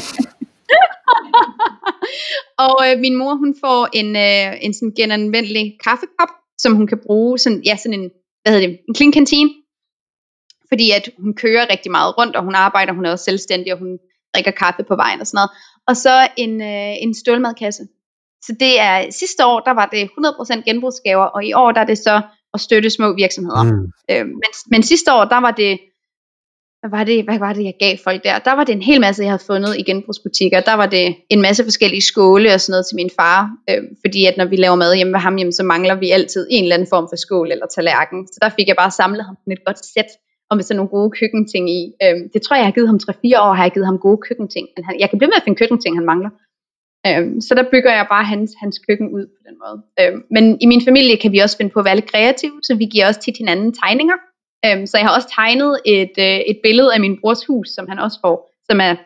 Og min mor, hun får en sådan genanvendelig kaffekop, som hun kan bruge, sådan en, en clean kantine. Fordi at hun kører rigtig meget rundt, og hun arbejder, hun er også selvstændig, og hun drikker kaffe på vejen og sådan noget. Og så en stålmadkasse. Så det er, sidste år, der var det 100% genbrugsgaver, og i år, der er det så at støtte små virksomheder. Men sidste år, der var det, hvad var det, jeg gav folk der? Der var det en hel masse, jeg havde fundet i genbrugsbutikker. Der var det en masse forskellige skåle og sådan noget til min far. Fordi at når vi laver mad hjemme med ham, så mangler vi altid en eller anden form for skål eller tallerken. Så der fik jeg bare samlet ham et godt sæt, og med sådan nogle gode køkkenting i. Det tror jeg har givet ham 3-4 år, har jeg givet ham gode køkkenting. Jeg kan blive med at finde køkkenting, han mangler. Så der bygger jeg bare hans køkken ud på den måde. Men i min familie kan vi også finde på at være lidt kreative, så vi giver også tit hinanden tegninger. Så jeg har også tegnet et billede af min brors hus, som han også får, som er,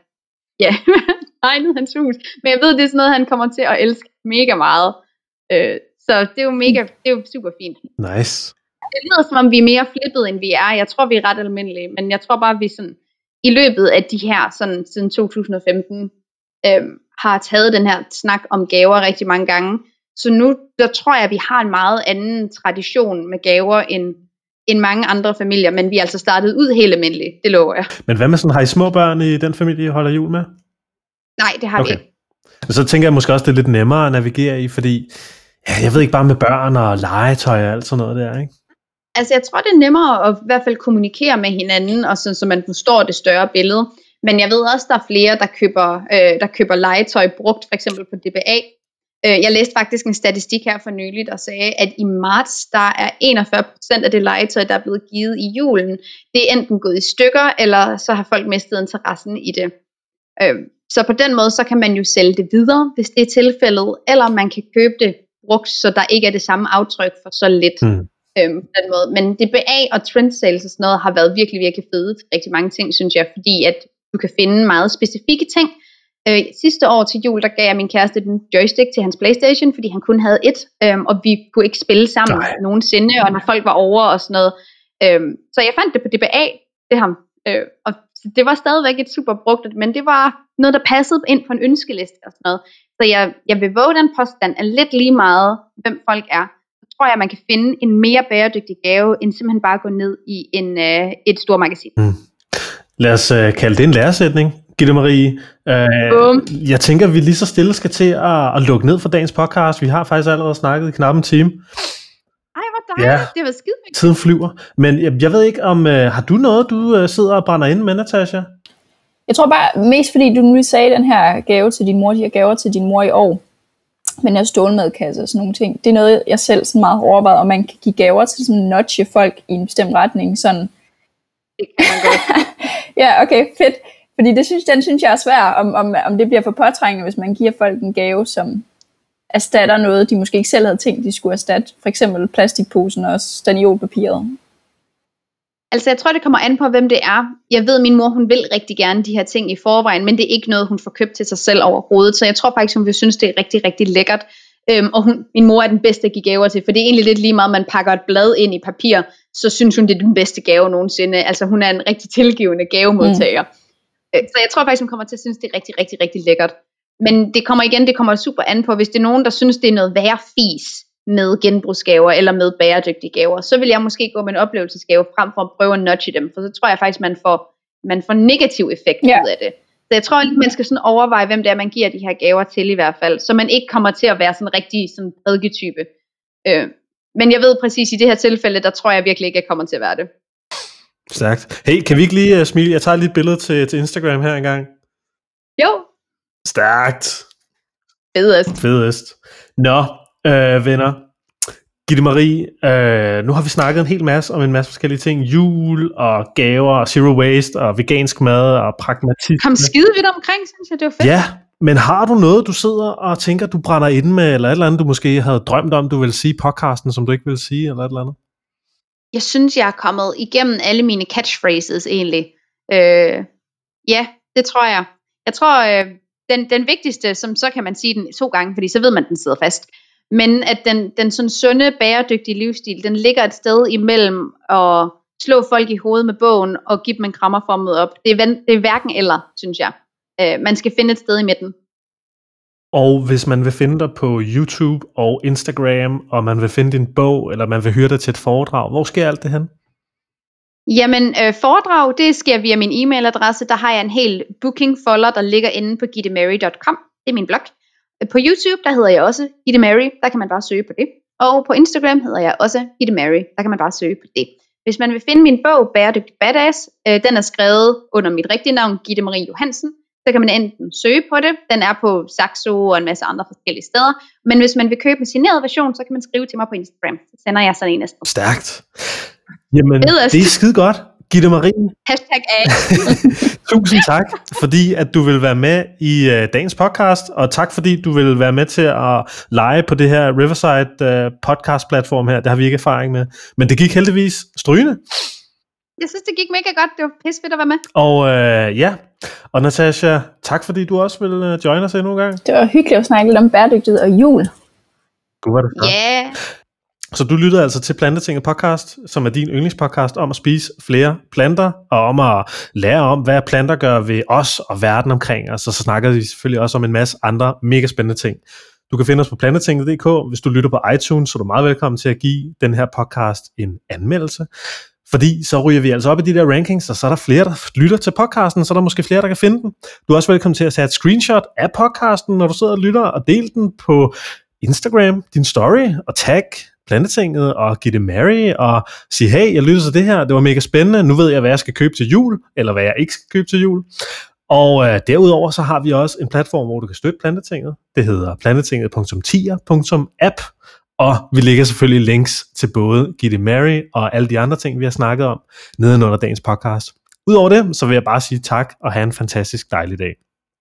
tegnet hans hus. Men jeg ved, det er sådan noget, han kommer til at elske mega meget. Så det er jo super fint. Nice. Det lyder som om vi er mere flippet, end vi er. Jeg tror, vi er ret almindelige, men jeg tror bare, vi sådan, i løbet af de her, sådan, siden 2015, har taget den her snak om gaver rigtig mange gange. Så nu, der tror jeg, at vi har en meget anden tradition med gaver, end mange andre familier, men vi er altså startet ud helt almindeligt, det lover jeg. Men hvad med sådan, har I små børn i den familie, I holder jul med? Nej, det har vi ikke. Og så tænker jeg måske også, det er lidt nemmere at navigere i, fordi, jeg ved ikke, bare med børn og legetøj og alt sådan noget der, ikke? Altså, jeg tror, det er nemmere at i hvert fald kommunikere med hinanden, og sådan, så man forstår det større billede. Men jeg ved også, der er flere, der køber legetøj brugt, for eksempel på DBA. Jeg læste faktisk en statistik her for nylig, der sagde, at i marts, der er 41% af det legetøj, der er blevet givet i julen, det er enten gået i stykker, eller så har folk mistet interessen i det. Så på den måde, så kan man jo sælge det videre, hvis det er tilfældet, eller man kan købe det brugt, så der ikke er det samme aftryk for så lidt. På den måde. Men DBA og trend sales og sådan noget har været virkelig, virkelig fede til rigtig mange ting, synes jeg, fordi at du kan finde meget specifikke ting, Sidste år til jul, der gav jeg min kæreste den joystick til hans PlayStation, fordi han kun havde et, og vi kunne ikke spille sammen nogensinde, og når folk var over og sådan noget. Så jeg fandt det på DBA til ham, og det var stadigvæk et super brugt, men det var noget, der passede ind på en ønskeliste og sådan noget. Så jeg vil våge den påstand, at lidt lige meget, hvem folk er, så tror jeg, at man kan finde en mere bæredygtig gave, end simpelthen bare gå ned i et stort magasin. Lad os kalde det en læresætning, Gitte Marie. Jeg tænker, at vi lige så stille skal til at lukke ned for dagens podcast. Vi har faktisk allerede snakket i knap en time. Ej, hvor dejligt. Ja, det var skide. Tiden flyver. Men jeg ved ikke, om har du noget, du sidder og brænder inde med, Natasha? Jeg tror bare, mest fordi du nu sagde den her gave til din mor, de her gaver til din mor i år, men jeg stålmadkasse og sådan nogle ting. Det er noget, jeg selv sådan meget har overvejet, om man kan give gaver til sådan nudge folk i en bestemt retning. Sådan. Det kan man godt. Ja, okay, fedt. Fordi den synes jeg er svær, om det bliver for påtrængende, hvis man giver folk en gave, som erstatter noget, de måske ikke selv havde tænkt, de skulle erstatte. For eksempel plastikposen og staniolpapiret. Altså jeg tror, det kommer an på, hvem det er. Jeg ved, at min mor, hun vil rigtig gerne de her ting i forvejen, men det er ikke noget, hun får købt til sig selv overhovedet. Så jeg tror faktisk, hun vil synes, det er rigtig, rigtig lækkert. Og min mor er den bedste at give gaver til, for det er egentlig lidt lige meget, man pakker et blad ind i papir, så synes hun, det er den bedste gave nogensinde. Altså hun er en rigtig tilgivende gavemodtager. Så jeg tror faktisk, hun kommer til at synes, det er rigtig, rigtig, rigtig lækkert. Men det kommer super an på, hvis det er nogen, der synes, det er noget værre fis med genbrugsgaver eller med bæredygtige gaver, så vil jeg måske gå med en oplevelsesgave frem for at prøve at nudge dem, for så tror jeg faktisk, man får negativ effekt ud af det. Så jeg tror, at man skal sådan overveje, hvem det er, man giver de her gaver til i hvert fald, så man ikke kommer til at være sådan en rigtig sådan prædiketype. Men jeg ved præcis, i det her tilfælde, der tror jeg virkelig ikke, at jeg kommer til at være det. Stærkt. Hey, kan vi ikke lige smile? Jeg tager lige et billede til Instagram her engang. Jo. Stærkt. Fedest. Nå, venner. Gitte Marie, nu har vi snakket en hel masse om en masse forskellige ting. Jul og gaver og zero waste og vegansk mad og pragmatisme. Kom skide vidt omkring, synes jeg, det var fedt. Ja, men har du noget, du sidder og tænker, du brænder inde med, eller et eller andet, du måske havde drømt om, du ville sige i podcasten, som du ikke ville sige, eller et eller andet? Jeg synes, jeg er kommet igennem alle mine catchphrases egentlig. Ja, det tror jeg. Jeg tror, den vigtigste, som så kan man sige den 2 gange, fordi så ved man, at den sidder fast. Men at den sådan sunde, bæredygtige livsstil, den ligger et sted imellem at slå folk i hovedet med bogen og give dem en krammer for at møde op. Det er hverken eller, synes jeg. Man skal finde et sted i midten. Og hvis man vil finde dig på YouTube og Instagram, og man vil finde din bog, eller man vil høre dig til et foredrag, hvor sker alt det hen? Jamen, foredrag, det sker via min e-mailadresse. Der har jeg en hel booking-folder, der ligger inde på gittemary.com. Det er min blog. På YouTube, der hedder jeg også Gitte Mary. Der kan man bare søge på det. Og på Instagram hedder jeg også Gitte Mary. Der kan man bare søge på det. Hvis man vil finde min bog, Bæredygtig Badass, den er skrevet under mit rigtige navn, Gitte Marie Johansen. Så kan man enten søge på det. Den er på Saxo og en masse andre forskellige steder. Men hvis man vil købe en signeret version, så kan man skrive til mig på Instagram. Så sender jeg sådan en af stedet. Stærkt. Jamen, det er skide godt. Gitte Marie. #A. Tusind tak, fordi at du vil være med i dagens podcast, og tak fordi du vil være med til at lege på det her Riverside podcast platform her. Det har vi ikke erfaring med, men det gik heldigvis strygende. Jeg synes, det gik mega godt. Det var pissefedt at være med. Og og Natasha, tak fordi du også vil join os endnu en gang. Det var hyggeligt at snakke lidt om bæredygtighed og jul. God var det. Ja. Yeah. Så du lytter altså til Plantetinget podcast, som er din yndlingspodcast om at spise flere planter, og om at lære om, hvad planter gør ved os og verden omkring os. Og så snakker vi selvfølgelig også om en masse andre mega spændende ting. Du kan finde os på plantetinget.dk. Hvis du lytter på iTunes, så er du meget velkommen til at give den her podcast en anmeldelse. Fordi så ryger vi altså op i de der rankings, og så er der flere, der lytter til podcasten, så er der måske flere, der kan finde den. Du er også velkommen til at tage et screenshot af podcasten, når du sidder og lytter, og del den på Instagram, din story, og tag Plantetinget og Gitte Mary og sige, hey, jeg lyttede til det her, det var mega spændende, nu ved jeg, hvad jeg skal købe til jul, eller hvad jeg ikke skal købe til jul. Og derudover så har vi også en platform, hvor du kan støtte Plantetinget. Det hedder plantetinget.tier.app, og vi lægger selvfølgelig links til både Gitte Mary og alle de andre ting, vi har snakket om, nedenunder dagens podcast. Udover det, så vil jeg bare sige tak og have en fantastisk dejlig dag.